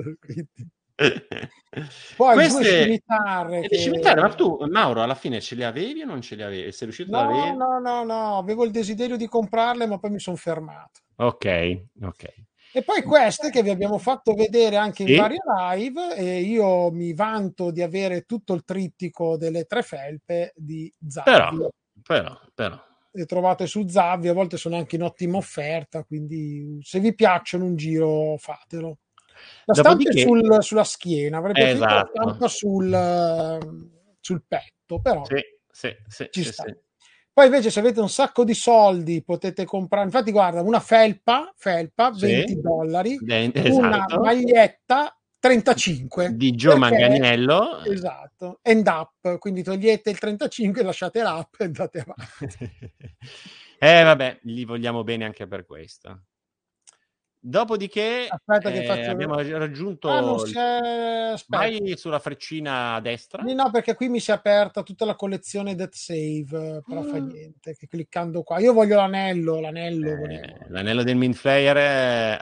Poi queste scimitarre, ma tu, Mauro, alla fine ce le avevi o non ce le avevi? Sei riuscito ad avere? No, avevo il desiderio di comprarle, ma poi mi sono fermato. Ok. E poi queste che vi abbiamo fatto vedere anche in varie live, e io mi vanto di avere tutto il trittico delle 3 felpe di Zavvi. Però. Le trovate su Zavvi, a volte sono anche in ottima offerta, quindi se vi piacciono un giro fatelo. La stampa è sulla schiena, avrei preferito la stampa sul petto, però ci sta. Poi invece se avete un sacco di soldi potete comprare, infatti guarda, una felpa $20, una maglietta 35 di Joe Manganiello. Esatto, end up, quindi togliete il 35, lasciate l'app e andate avanti. Vabbè, li vogliamo bene anche per questo. Dopodiché Aspetta che faccio... abbiamo raggiunto... non si è... Aspetta. Vai sulla freccina a destra. No, perché qui mi si è aperta tutta la collezione Death Save, però fa niente, che cliccando qua. Io voglio l'anello volevo. L'anello del Mind Flayer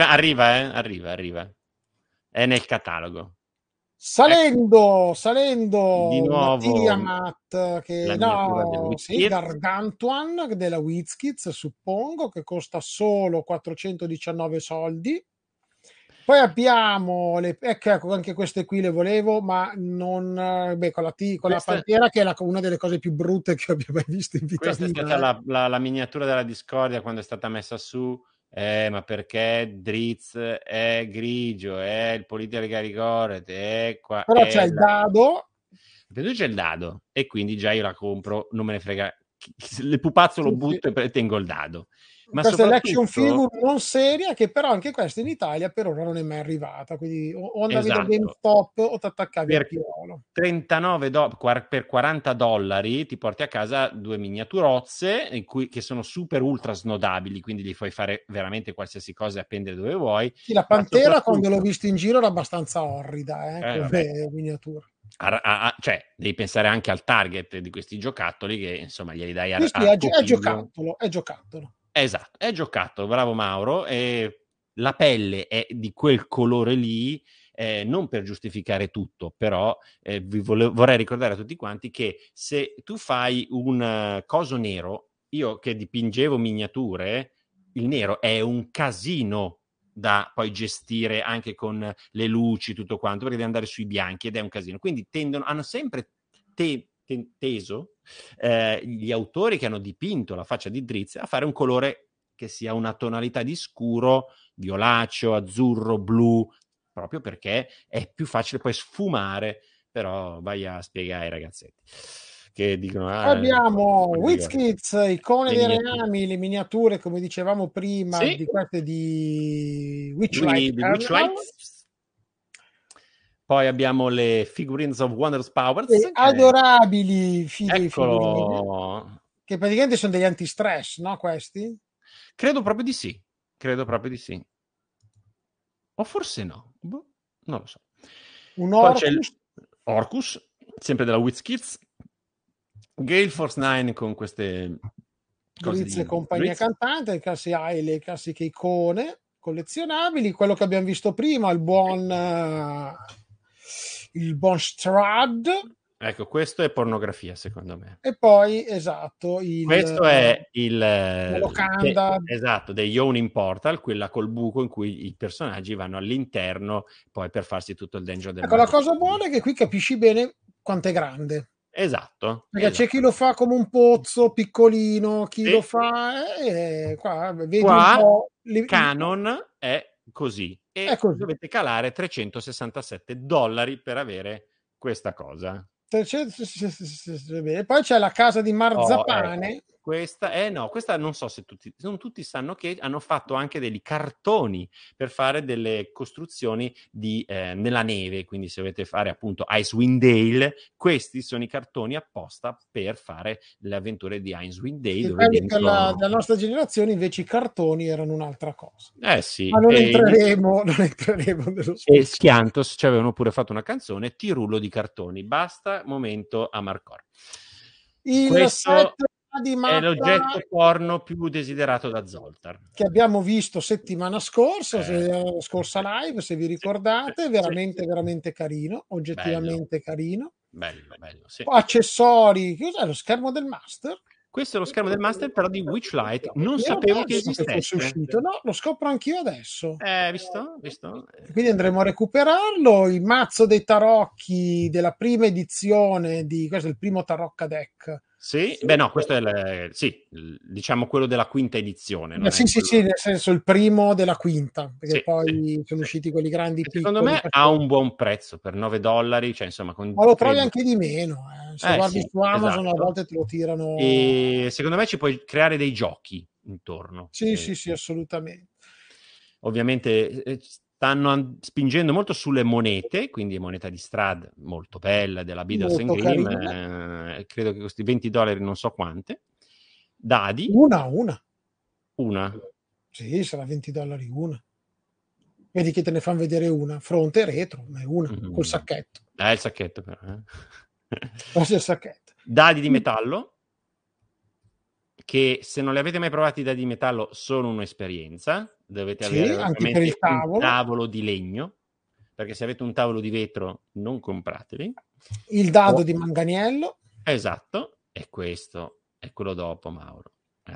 arriva. È nel catalogo. Salendo di nuovo Tiamat, che sì, Gargantuan della WizKids, suppongo, che costa solo 419 soldi. Poi abbiamo ecco, anche queste qui le volevo, ma non con la Pantera, che è una delle cose più brutte che abbia mai visto in vita mia. Questa è stata la miniatura della Discordia quando è stata messa su. Ma perché Drizzt è grigio, è il Political Record, è qua. Però c'è il dado. Per c'è il dado, e quindi già io la compro, non me ne frega. Il pupazzo lo butto e tengo il dado. Ma questa è l'action figure non seria, che però anche questa in Italia per ora non è mai arrivata, quindi o andavi da GameStop o ti attaccavi al piolo. Per $40 ti porti a casa 2 miniaturozze che sono super ultra snodabili, quindi li puoi fare veramente qualsiasi cosa e appendere dove vuoi. Sì, la Pantera quando l'ho visto in giro era abbastanza orrida come miniatura. Cioè, devi pensare anche al target di questi giocattoli che insomma glieli dai è giocattolo. Esatto, è giocattolo, bravo Mauro, e la pelle è di quel colore lì, non per giustificare tutto, però vorrei ricordare a tutti quanti che se tu fai un coso nero, io che dipingevo miniature, il nero è un casino da poi gestire anche con le luci, tutto quanto, perché devi andare sui bianchi ed è un casino. Quindi hanno sempre teso gli autori che hanno dipinto la faccia di Drizzt a fare un colore che sia una tonalità di scuro, violaceo, azzurro, blu, proprio perché è più facile poi sfumare. Però vai a spiegare ai ragazzetti che dicono abbiamo WizKids, icone dei reami, le miniature come dicevamo prima, di queste di Witchlight. Poi abbiamo le Figurines of Wondrous Powers, adorabili figurine, che praticamente sono degli anti-stress, no questi? Credo proprio di sì. O forse no, non lo so. Poi c'è Orcus, sempre della WizKids, Gale Force 9 con queste cose di compagnia cantante, le classiche icone collezionabili, quello che abbiamo visto prima, il buon Strad. Ecco, questo è pornografia secondo me. E poi questo è la locanda dei Yawning Portal, quella col buco in cui i personaggi vanno all'interno poi per farsi tutto il danger del la cosa buona è che qui capisci bene quanto è grande. Esatto. Perché c'è chi lo fa come un pozzo piccolino, chi lo fa qua vedi un po'. Canon è così e dovete calare $367 per avere questa cosa. E poi c'è la casa di Marzapane. Questa non so se non tutti sanno che hanno fatto anche dei cartoni per fare delle costruzioni nella neve, quindi se volete fare appunto Icewind Dale, questi sono i cartoni apposta per fare le avventure di Icewind Dale. Dove dentro... della nostra generazione invece i cartoni erano un'altra cosa. Sì. Ma non entreremo nello spazio. E Schiantos ci avevano pure fatto una canzone, Ti rullo di cartoni, basta, momento Amarcord. Questo è l'oggetto porno più desiderato da Zoltar, che abbiamo visto settimana scorsa, scorsa live, se vi ricordate, veramente carino, oggettivamente carino. Bello, sì. Accessori, che cos'è lo schermo del Master? Questo è lo schermo del Master, però di Witchlight. Non sapevo che esistesse. No, lo scopro anch'io adesso. Visto? Quindi andremo a recuperarlo. Il mazzo dei tarocchi della prima edizione questo è il primo tarocca deck. Sì, questo è diciamo quello della quinta edizione. Sì, nel senso il primo della quinta, perché poi sono usciti quelli grandi. Secondo me ha un buon prezzo per $9, cioè insomma. Ma lo trovi anche di meno. Se guardi su Amazon a volte te lo tirano. E secondo me ci puoi creare dei giochi intorno. Sì, assolutamente. Ovviamente stanno spingendo molto sulle monete, quindi moneta di Strad molto bella, della Beadles and Grimm, credo che costi $20, non so quante. Dadi. Una. Una? Sì, sarà $20 una. Vedi che te ne fanno vedere una, fronte e retro, ma è una, col sacchetto. Il sacchetto però. Questo è il sacchetto. Dadi di metallo, che se non li avete mai provati i dadi di metallo sono un'esperienza, dovete avere anche per il un tavolo di legno, perché se avete un tavolo di vetro non comprateli. Il dado di manganiello. Esatto, e questo è quello dopo, Mauro.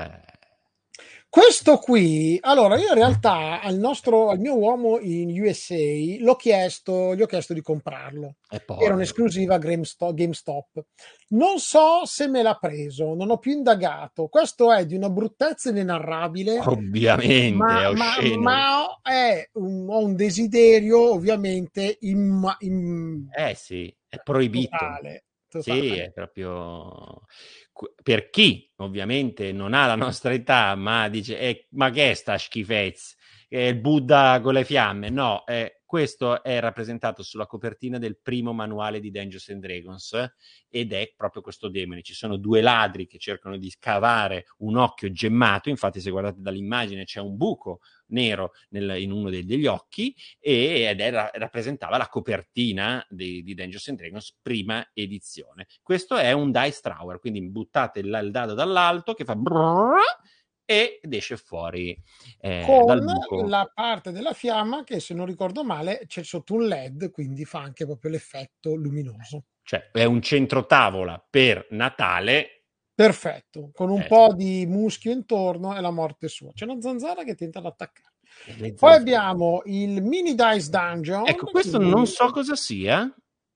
Questo qui, allora io in realtà al mio uomo in USA gli ho chiesto di comprarlo. Era un'esclusiva GameStop. Non so se me l'ha preso, non ho più indagato. Questo è di una bruttezza inenarrabile. Ovviamente, è osceno. Ma ho un desiderio ovviamente sì, è proibito. Totale. Sì, è proprio... Per chi ovviamente non ha la nostra età, ma dice, ma che è sta schifezza? È il Buddha con le fiamme? No, questo è rappresentato sulla copertina del primo manuale di Dungeons and Dragons ed è proprio questo demone. Ci sono due ladri che cercano di scavare un occhio gemmato, infatti se guardate dall'immagine c'è un buco nero in uno degli occhi ed rappresentava la copertina di Dungeons and Dragons prima edizione. Questo è un dice thrower, quindi buttate il dado dall'alto che fa ed esce fuori con dal buco. La parte della fiamma che, se non ricordo male, c'è sotto un LED, quindi fa anche proprio l'effetto luminoso. Cioè è un centrotavola per Natale perfetto, con un po' di muschio intorno e la morte sua. C'è una zanzara che tenta di attaccare. Poi abbiamo il mini dice dungeon. Ecco, questo non so cosa sia.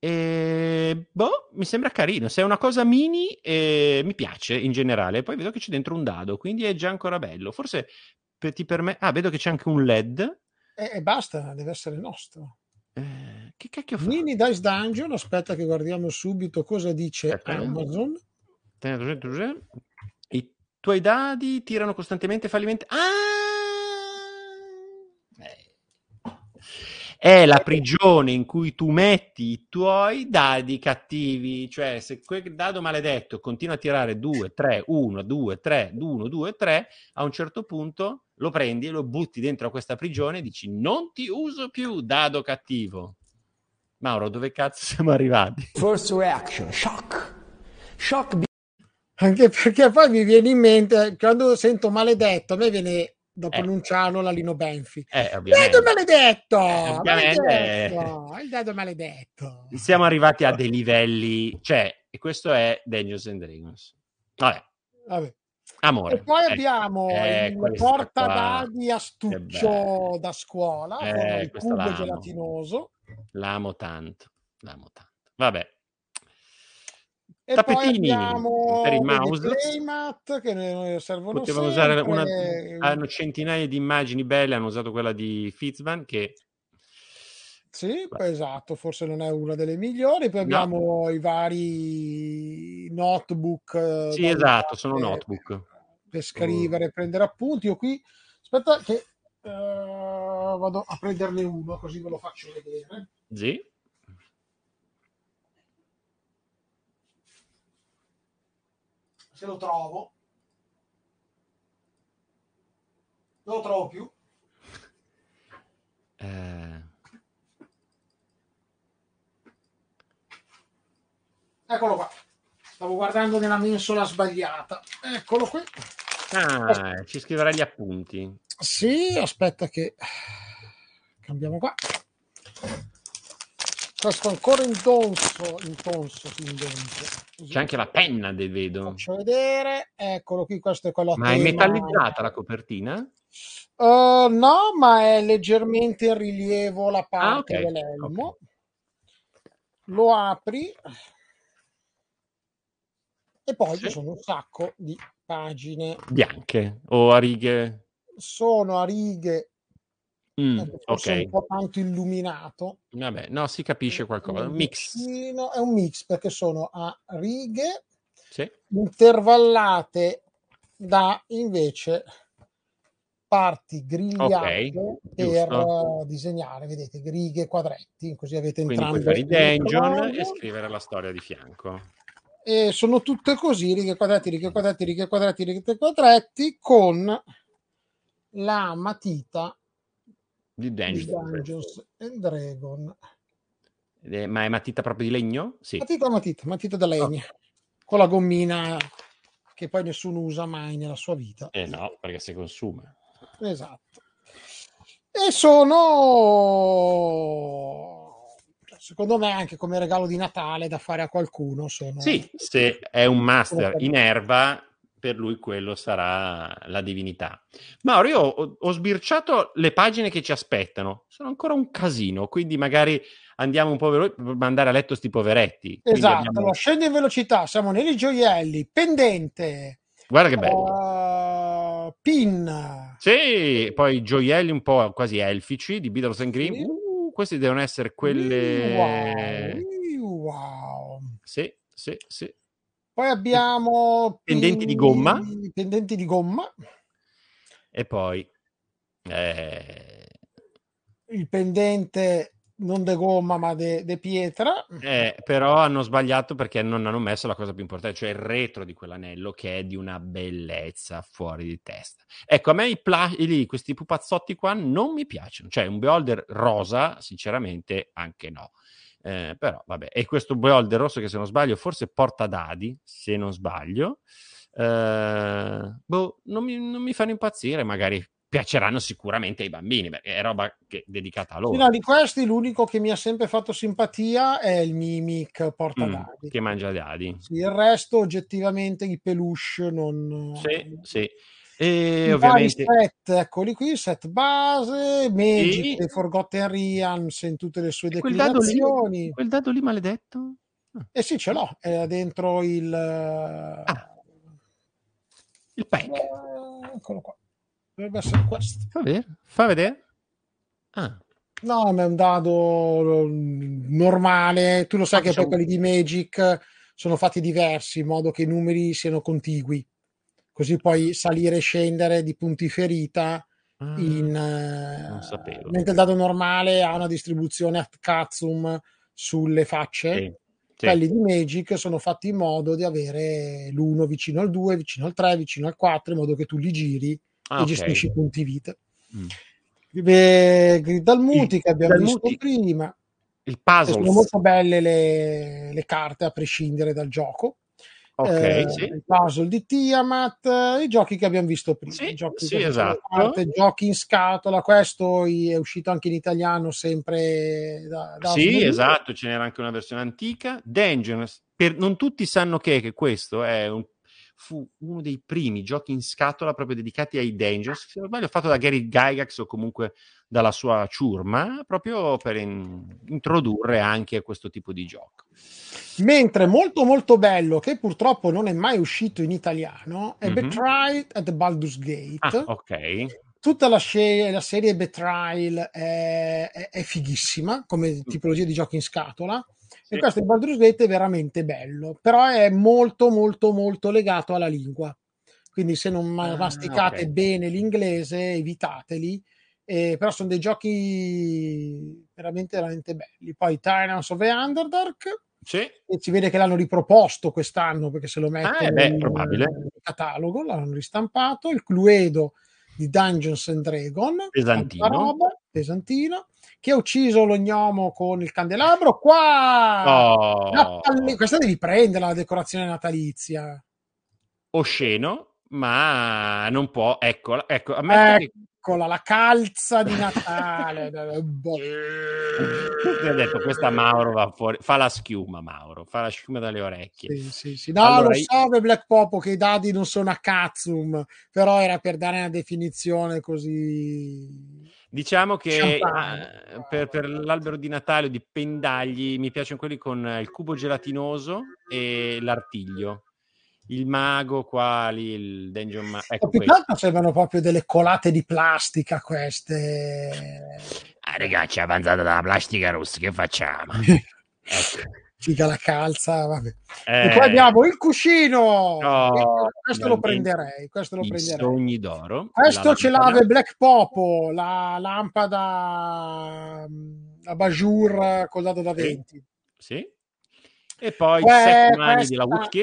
Mi sembra carino. Se è una cosa mini, mi piace in generale. Poi vedo che c'è dentro un dado, quindi è già ancora bello. Forse ti permette. Ah, vedo che c'è anche un LED. E basta, deve essere nostro. Che cacchio fa? Mini dice dungeon. Aspetta, che guardiamo subito cosa dice Amazon. I tuoi dadi tirano costantemente fallimenti. È la prigione in cui tu metti i tuoi dadi cattivi, cioè se quel dado maledetto continua a tirare 2, 3, 1, 2, 3, 1, 2, 3, a un certo punto lo prendi e lo butti dentro a questa prigione e dici non ti uso più, dado cattivo. Mauro, dove cazzo siamo arrivati? First reaction, shock. Anche perché poi mi viene in mente, quando sento maledetto, a me viene da pronunciarlo la Lino Benfi. Dado maledetto! Il dado maledetto! Siamo arrivati a dei livelli, e questo è Dungeons and Dragons. Vabbè. Amore. E poi abbiamo il portadadi astuccio da scuola, con il cubo gelatinoso. L'amo tanto. Vabbè. E Tappetini poi abbiamo per il mouse, playmat che ne servono potevano usare hanno centinaia di immagini belle, hanno usato quella di Fitzman che sì, esatto, forse non è una delle migliori. Poi abbiamo i vari notebook. Sì, esatto, sono notebook per scrivere, prendere appunti. Io qui aspetta che vado a prenderne uno così ve lo faccio vedere. Sì. Se lo trovo. Non lo trovo più. Eccolo qua. Stavo guardando nella mensola sbagliata. Eccolo qui. Ci scriverai gli appunti. Sì, aspetta che cambiamo qua. Questo ancora intonso. C'è anche la penna, vedo. Faccio vedere. Eccolo qui, questo è quello. Ma è metallizzata la copertina? No, ma è leggermente in rilievo la parte dell'elmo. Okay. Lo apri e poi ci sono un sacco di pagine bianche o a righe. Sono a righe. Forse Ok. un po' tanto illuminato. Vabbè, no, si capisce qualcosa. Un mix. È un mix perché sono a righe intervallate da invece parti grigliate per disegnare, vedete, righe, quadretti, così avete entrambi. Quindi puoi fare i dungeon e scrivere la storia di fianco. E sono tutte così, righe, quadrati, con la matita Di Dungeons and Dragon. Ma è matita proprio di legno? Sì. Matita da legno. Con la gommina che poi nessuno usa mai nella sua vita. No, perché si consuma. Esatto. E sono, secondo me, anche come regalo di Natale da fare a qualcuno. Sì, se è un master in erba, per lui quello sarà la divinità. Mauro, io ho sbirciato le pagine che ci aspettano, sono ancora un casino, quindi magari andiamo un po' veloci per mandare a letto sti poveretti. Esatto, allora, scendo in velocità, siamo nei gioielli, pendente. Guarda che bello. Pin. Sì, poi gioielli un po' quasi elfici di Beatles and Grimm. Sì. Questi devono essere quelle... Wow. Sì. Poi abbiamo pendenti di gomma. Pendenti di gomma. E poi il pendente non de gomma ma de pietra. Però hanno sbagliato perché non hanno messo la cosa più importante, cioè il retro di quell'anello, che è di una bellezza fuori di testa. Ecco, a me questi pupazzotti qua non mi piacciono, cioè un beholder rosa sinceramente anche no. Però vabbè, e questo beholder rosso che se non sbaglio forse porta dadi, se non sbaglio, non mi fanno impazzire, magari piaceranno sicuramente ai bambini, perché è roba dedicata a loro. Sì, no, di questi l'unico che mi ha sempre fatto simpatia è il Mimic portadadi. Che mangia dadi. Sì, il resto oggettivamente i peluche non... Sì. E i ovviamente set, eccoli qui, set base, Magic e Forgotten Realms in tutte le sue declinazioni. Quel dado lì maledetto? Sì, ce l'ho, è dentro il pack. Eccolo qua. Dovrebbe essere questo. Fa vedere. No, è un dado normale. Tu lo sai che poi quelli di Magic sono fatti diversi in modo che i numeri siano contigui, così puoi salire e scendere di punti ferita non sapevo. mentre il dado normale ha una distribuzione a cazzoom sulle facce. Sì. Quelli di Magic sono fatti in modo di avere l'1 vicino al 2, vicino al 3, vicino al 4, in modo che tu li giri e gestisci i punti vita. Dal Muti che abbiamo visto prima, il puzzle, sono molto belle le carte a prescindere dal gioco. Il puzzle di Tiamat, i giochi che abbiamo visto prima, esatto. Giochi in scatola. Questo è uscito anche in italiano, sempre da esatto, ce n'era anche una versione antica. Dangerous, non tutti sanno che questo fu uno dei primi giochi in scatola proprio dedicati ai Dangerous, se non sbaglio fatto da Gary Gygax o comunque dalla sua ciurma, proprio per introdurre anche questo tipo di gioco. Mentre molto molto bello, che purtroppo non è mai uscito in italiano, è Betrayal at the Baldur's Gate. Tutta la serie Betrayal è fighissima come tipologia di giochi in scatola. E questo di Baldur's Gate è veramente bello, però è molto molto molto legato alla lingua, quindi se non masticate bene l'inglese evitateli, però sono dei giochi veramente veramente belli. Poi Tyrants of the Underdark, e si vede che l'hanno riproposto quest'anno perché se lo mettono nel catalogo, l'hanno ristampato. Il Cluedo di Dungeons and Dragon, pesantino, che ha ucciso lo gnomo con il candelabro. Questa devi prendere la decorazione natalizia. Osceno, ma non può. Eccola, la calza di Natale. Ti ho detto, questa Mauro va fuori, fa la schiuma, Mauro, fa la schiuma dalle orecchie. Sì. No, allora, lo so, Black Popo, che i dadi non sono a cazzum, però era per dare una definizione così. Diciamo che per l'albero di Natale di pendagli mi piacciono quelli con il cubo gelatinoso e l'artiglio. Il mago qua lì, il Dungeon più che altro sembrano proprio delle colate di plastica queste. Ragazzi, è avanzata dalla plastica rossa, che facciamo? Figa la calza, vabbè. E poi abbiamo il cuscino. Questo lo prenderei. Sogni d'oro. Questo ce l'ave Black Popo, la lampada a Bajur col dado da 20. Sì. E poi 7 mani della WoodKids.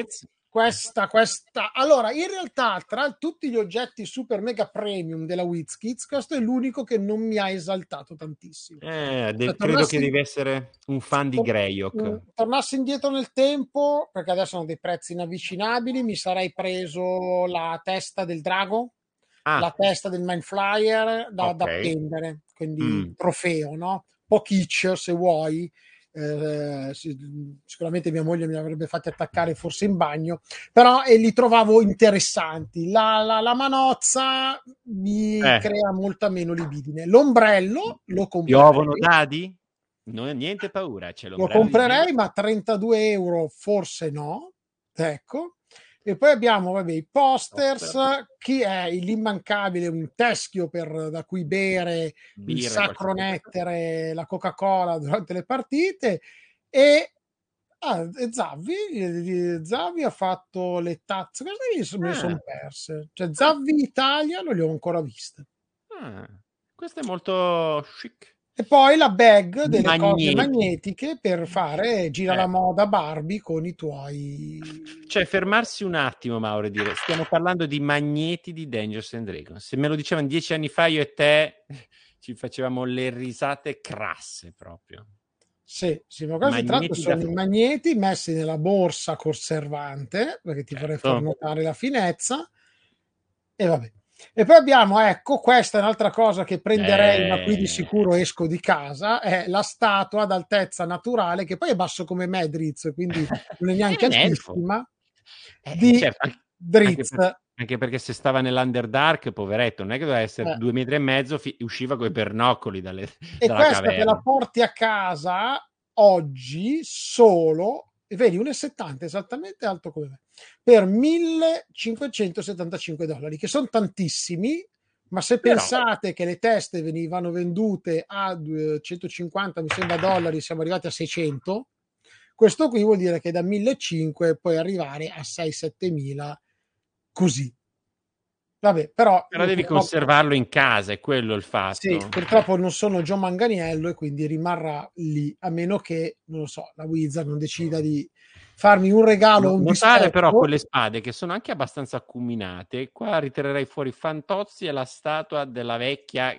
Questa. Allora, in realtà, tra tutti gli oggetti super mega premium della WizKids, questo è l'unico che non mi ha esaltato tantissimo. Credo che devi essere un fan di Greyhawk. Tornassi indietro nel tempo, perché adesso hanno dei prezzi inavvicinabili, mi sarei preso la testa del drago, la testa del Mind Flyer da appendere, quindi trofeo, no? Un po' kitsch se vuoi. Sicuramente mia moglie mi avrebbe fatti attaccare forse in bagno, però li trovavo interessanti. La manozza mi crea molta meno libidine. L'ombrello lo comprerei. Piovono dadi? Non niente paura, c'è lo comprerei, ma 32 euro forse no, ecco. E poi abbiamo i posters. Chi è l'immancabile, un teschio da cui bere il sacro nettare, la Coca-Cola durante le partite. E Zavvi ha fatto le tazze. Queste me le sono perse. Cioè, Zavvi Italia non le ho ancora viste. Questo è molto chic. E poi la bag delle cose magnetiche per fare gira la moda Barbie con i tuoi. Cioè, fermarsi un attimo, Mauro, e dire: stiamo parlando di magneti di Dungeons and Dragons. Se me lo dicevano 10 anni fa, io e te ci facevamo le risate crasse proprio. Sì, ma qua si tratta sono i magneti messi nella borsa conservante, perché ti vorrei far notare la finezza. E vabbè. E poi abbiamo, questa è un'altra cosa che prenderei, ma qui di sicuro esco di casa, è la statua ad altezza naturale, che poi è basso come me, Drizzt, quindi non è neanche altissima, di Drizzt. Anche perché se stava nell'Underdark, poveretto, non è che doveva essere 2,5 metri, usciva coi pernoccoli dalla questa caverna. Te la porti a casa oggi solo, vedi, 1,70 esattamente alto come me, per $1.575, che sono tantissimi, ma se pensate che le teste venivano vendute a 150, mi sembra, dollari, siamo arrivati a 600, questo qui vuol dire che da 1.500 puoi arrivare a 6-7 mila così. Vabbè, però devi conservarlo in casa, è quello il fatto. Sì, purtroppo non sono Gio Manganiello e quindi rimarrà lì, a meno che, non lo so, la Wizard non decida di farmi un regalo. Notare però quelle spade che sono anche abbastanza acuminate. Qua ritirerei fuori Fantozzi e la statua della vecchia.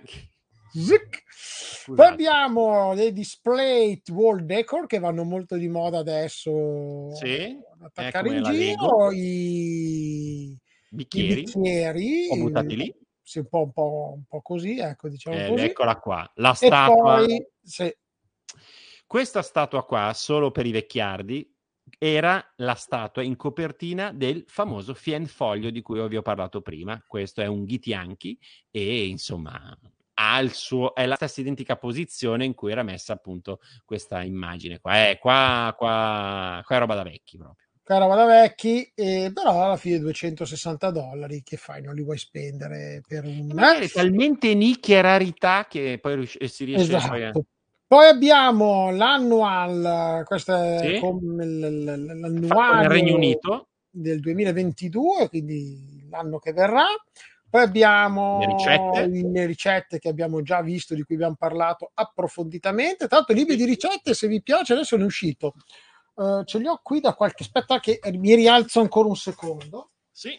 Poi abbiamo dei display wall decor che vanno molto di moda adesso. Sì, attaccare in giro i bicchieri ho buttati lì. Sì, un po' così, ecco, diciamo così. Eccola qua, la statua. E poi, questa statua qua, solo per i vecchiardi, era la statua in copertina del famoso Fien Foglio di cui vi ho parlato prima. Questo è un Githyanki e insomma è la stessa identica posizione in cui era messa appunto questa immagine qua. Qua è roba da vecchi proprio. Roba da vecchi, però alla fine $260 che fai, non li vuoi spendere per un è talmente nicchia e rarità che poi si riesce Poi abbiamo l'annual, questo è come l'annuale nel Regno Unito del 2022, quindi l'anno che verrà. Poi abbiamo le ricette che abbiamo già visto, di cui abbiamo parlato approfonditamente. Tra l'altro, libri di ricette, se vi piace, adesso ne è uscito. Ce li ho qui da qualche. Aspetta, che mi rialzo ancora un secondo. Sì.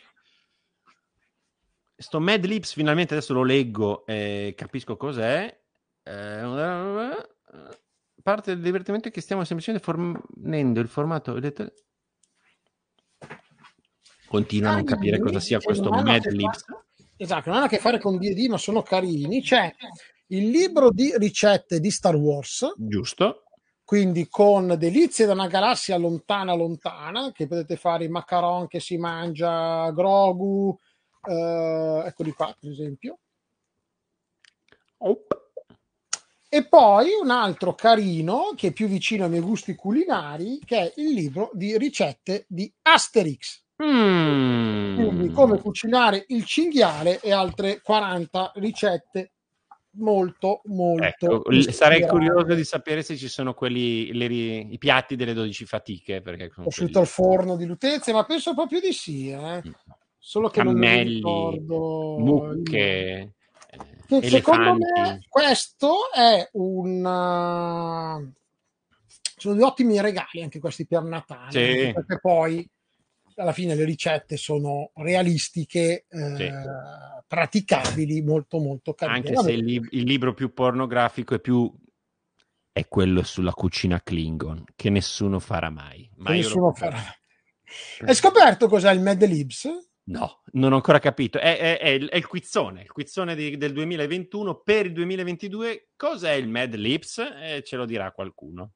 Sto Mad Libs, finalmente adesso lo leggo e capisco cos'è. Parte del divertimento è che stiamo semplicemente fornendo il formato. Continuo a non capire cosa sia questo Mad Libs. Esatto, non hanno a che fare con D&D, ma sono carini. C'è il libro di ricette di Star Wars. Giusto. Quindi con delizie da una galassia lontana, che potete fare i macaron che si mangia Grogu, eccoli qua per esempio. E poi un altro carino che è più vicino ai miei gusti culinari, che è il libro di ricette di Asterix. Quindi come cucinare il cinghiale e altre 40 ricette molto sarei curioso di sapere se ci sono i piatti delle 12 fatiche, perché prosciutto al forno di Lutezia, ma penso proprio di sì, solo che cammelli, non mi ricordo, mucche, che secondo me questo è sono due ottimi regali anche questi per Natale, perché poi alla fine le ricette sono realistiche, praticabili, molto molto carine. Anche se il libro più pornografico è quello sulla cucina Klingon, che nessuno farà mai. Ma nessuno farà. Hai scoperto cos'è il Mad Libs? No, non ho ancora capito. È il quizzone del 2021. Per il 2022 cos'è il Mad Libs? Ce lo dirà qualcuno.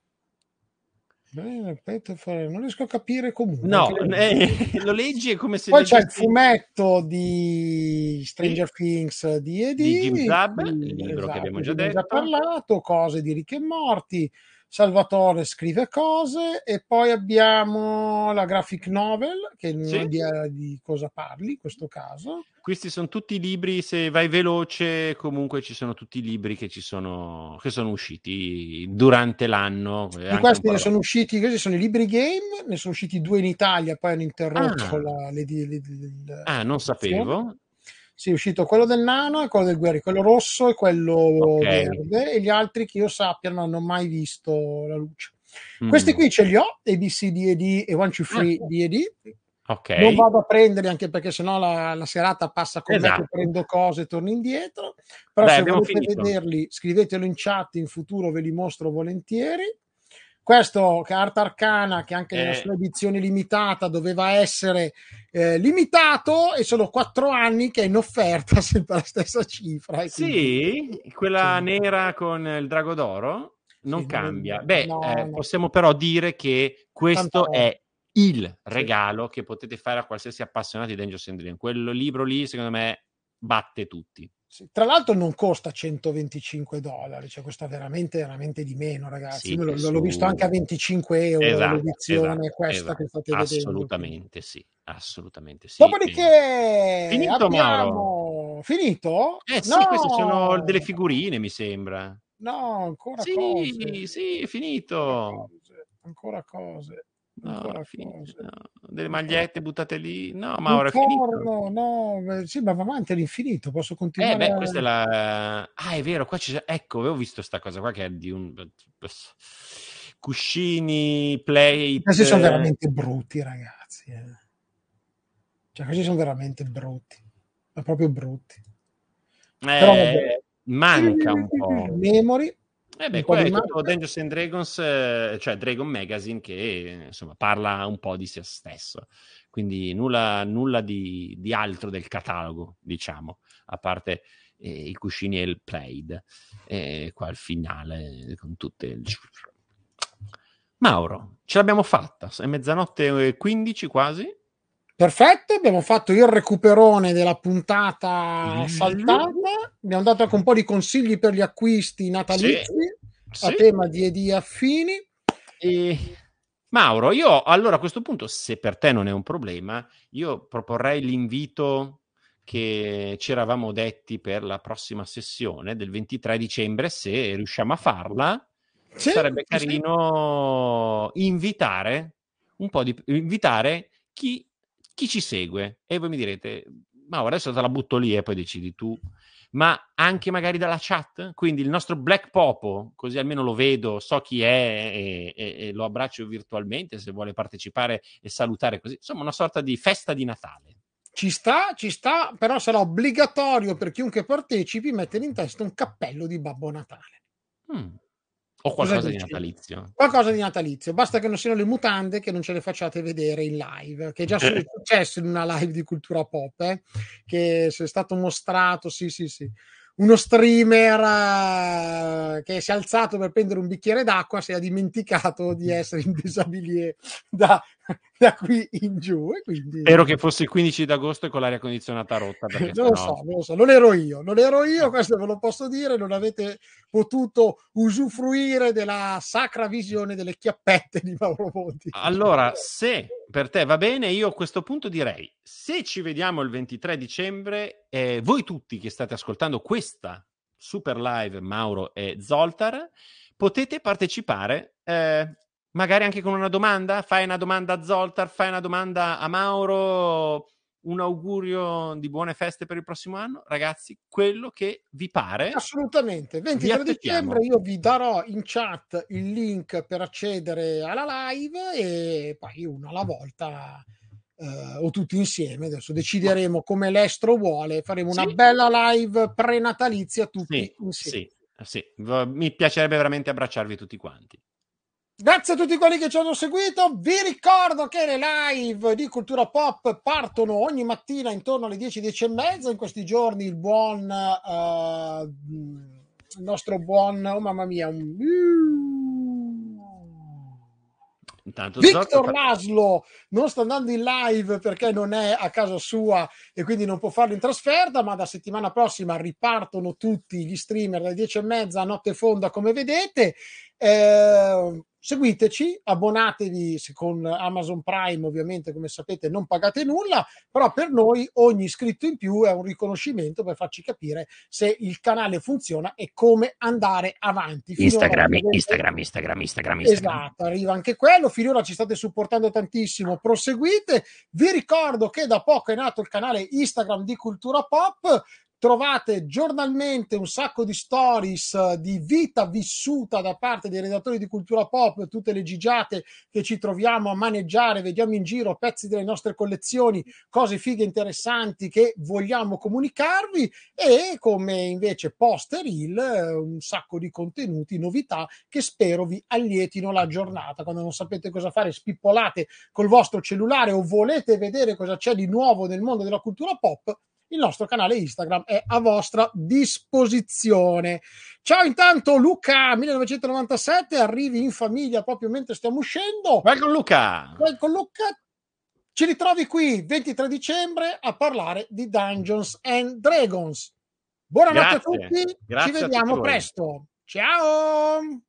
Non riesco a capire comunque. No, lo leggi è come se poi c'è il fumetto di Stranger Things di Jim Zub, il libro che abbiamo già detto, parlato, cose di Rick e Morty. Salvatore scrive cose, e poi abbiamo la graphic novel, che non ha idea di cosa parli in questo caso. Questi sono tutti i libri, se vai veloce, comunque ci sono tutti i libri che sono usciti durante l'anno. Di questi ne sono usciti, questi sono i libri game, ne sono usciti 2 in Italia, poi hanno interrotto non sapevo. Sì, è uscito quello del nano e quello del guerriero, quello rosso e quello verde, e gli altri che io sappia non hanno mai visto la luce. Questi qui ce li ho, ABCD e 1, 2, 3 D&D. Non vado a prenderli, anche perché sennò la serata passa con me che prendo cose e torno indietro. Però se volete vederli, scrivetelo in chat, in futuro ve li mostro volentieri. Questo che è Art Arcana, che anche nella sua edizione limitata doveva essere limitato, e sono 4 anni che è in offerta, sempre la stessa cifra. Quella nera con il drago d'oro non cambia. Possiamo però dire che questo è il regalo che potete fare a qualsiasi appassionato di Dungeons & Dragons. Quello libro lì, secondo me, batte tutti. Tra l'altro non costa $125, cioè costa veramente di meno, ragazzi. L'ho visto anche a €25 l'edizione questa che state vedendo. Assolutamente sì. Dopodiché finito, Mauro? Finito? Sì, queste sono delle figurine, mi sembra. No, ancora cose. Sì, è finito. Ancora cose. Delle magliette buttate lì. No, Mauro, è finito. Sì, ma va avanti all'infinito, posso continuare. Questa è la... è vero, qua c'è... Ecco, avevo visto sta cosa qua che è di un... cuscini, plate... Questi sono veramente brutti, ragazzi. Cioè, questi sono veramente brutti. Ma proprio brutti. Però manca un po'. Memory. Quello è tutto Dungeons & Dragons, cioè Dragon Magazine, che insomma parla un po' di se stesso, quindi nulla di altro del catalogo, diciamo, a parte i cuscini e il plaid, qua al finale con tutte Mauro, ce l'abbiamo fatta, è 00:15 quasi. Perfetto, abbiamo fatto il recuperone della puntata saltata, abbiamo dato anche un po' di consigli per gli acquisti natalizi a tema di D&D affini. Mauro, io allora a questo punto, se per te non è un problema, io proporrei l'invito che ci eravamo detti per la prossima sessione del 23 dicembre, se riusciamo a farla. Sarebbe carino invitare chi ci segue, e voi mi direte, ma adesso te la butto lì e poi decidi tu, ma anche magari dalla chat, quindi il nostro Black Popo, così almeno lo vedo, so chi è e lo abbraccio virtualmente se vuole partecipare e salutare, così insomma una sorta di festa di Natale. Ci sta, però sarà obbligatorio per chiunque partecipi mettere in testa un cappello di Babbo Natale. O qualcosa di natalizio. Qualcosa di natalizio. Basta che non siano le mutande, che non ce le facciate vedere in live, che è già successo in una live di Cultura Pop, che è stato mostrato, sì. Uno streamer che si è alzato per prendere un bicchiere d'acqua, si è dimenticato di essere in disabilie da qui in giù. E quindi... Spero che fosse il 15 d'agosto e con l'aria condizionata rotta. Non lo so, non ero io, questo ve lo posso dire, non avete potuto usufruire della sacra visione delle chiappette di Mauro Monti. Allora, se per te va bene, io a questo punto direi, se ci vediamo il 23 dicembre, voi tutti che state ascoltando questa super live, Mauro e Zoltar, potete partecipare, magari anche con una domanda. Fai una domanda a Zoltar, fai una domanda a Mauro, un augurio di buone feste per il prossimo anno, ragazzi, quello che vi pare. Assolutamente. 23 dicembre io vi darò in chat il link per accedere alla live, e poi uno alla volta o tutti insieme. Adesso decideremo come l'estro vuole, faremo una bella live prenatalizia tutti insieme. Sì, mi piacerebbe veramente abbracciarvi tutti quanti. Grazie a tutti quelli che ci hanno seguito. Vi ricordo che le live di Cultura Pop partono ogni mattina intorno alle 10, 10:30. In questi giorni il nostro buon, oh mamma mia, Intanto Victor Laszlo non sta andando in live perché non è a casa sua e quindi non può farlo in trasferta, ma da settimana prossima ripartono tutti gli streamer dalle 10:30 a notte fonda, come vedete. Seguiteci, abbonatevi con Amazon Prime, ovviamente come sapete non pagate nulla, però per noi ogni iscritto in più è un riconoscimento per farci capire se il canale funziona e come andare avanti. Instagram. Esatto, arriva anche quello. Finora ci state supportando tantissimo, proseguite. Vi ricordo che da poco è nato il canale Instagram di Cultura Pop. Trovate giornalmente un sacco di stories di vita vissuta da parte dei redattori di Cultura Pop, tutte le gigiate che ci troviamo a maneggiare, vediamo in giro pezzi delle nostre collezioni, cose fighe interessanti che vogliamo comunicarvi, e come invece post e reel un sacco di contenuti, novità che spero vi allietino la giornata. Quando non sapete cosa fare, spippolate col vostro cellulare o volete vedere cosa c'è di nuovo nel mondo della cultura pop, il nostro canale Instagram è a vostra disposizione. Ciao intanto Luca 1997, arrivi in famiglia proprio mentre stiamo uscendo. Welcome Luca. Ci ritrovi qui 23 dicembre a parlare di Dungeons and Dragons. Buonanotte a tutti, ci vediamo presto. Ciao!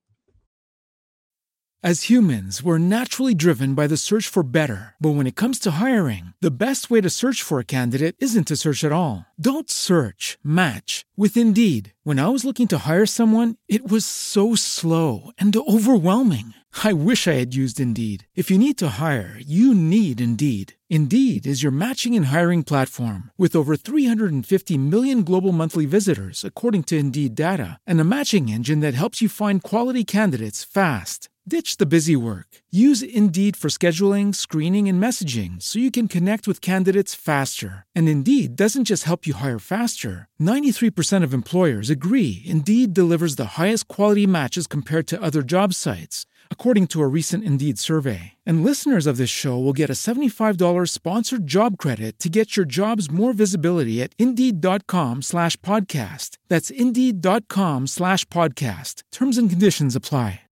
As humans, we're naturally driven by the search for better. But when it comes to hiring, the best way to search for a candidate isn't to search at all. Don't search, match with Indeed. When I was looking to hire someone, it was so slow and overwhelming. I wish I had used Indeed. If you need to hire, you need Indeed. Indeed is your matching and hiring platform with over 350 million global monthly visitors, according to Indeed data, and a matching engine that helps you find quality candidates fast. Ditch the busy work. Use Indeed for scheduling, screening, and messaging so you can connect with candidates faster. And Indeed doesn't just help you hire faster. 93% of employers agree Indeed delivers the highest quality matches compared to other job sites, according to a recent Indeed survey. And listeners of this show will get a $75 sponsored job credit to get your jobs more visibility at Indeed.com/podcast. That's Indeed.com/podcast. Terms and conditions apply.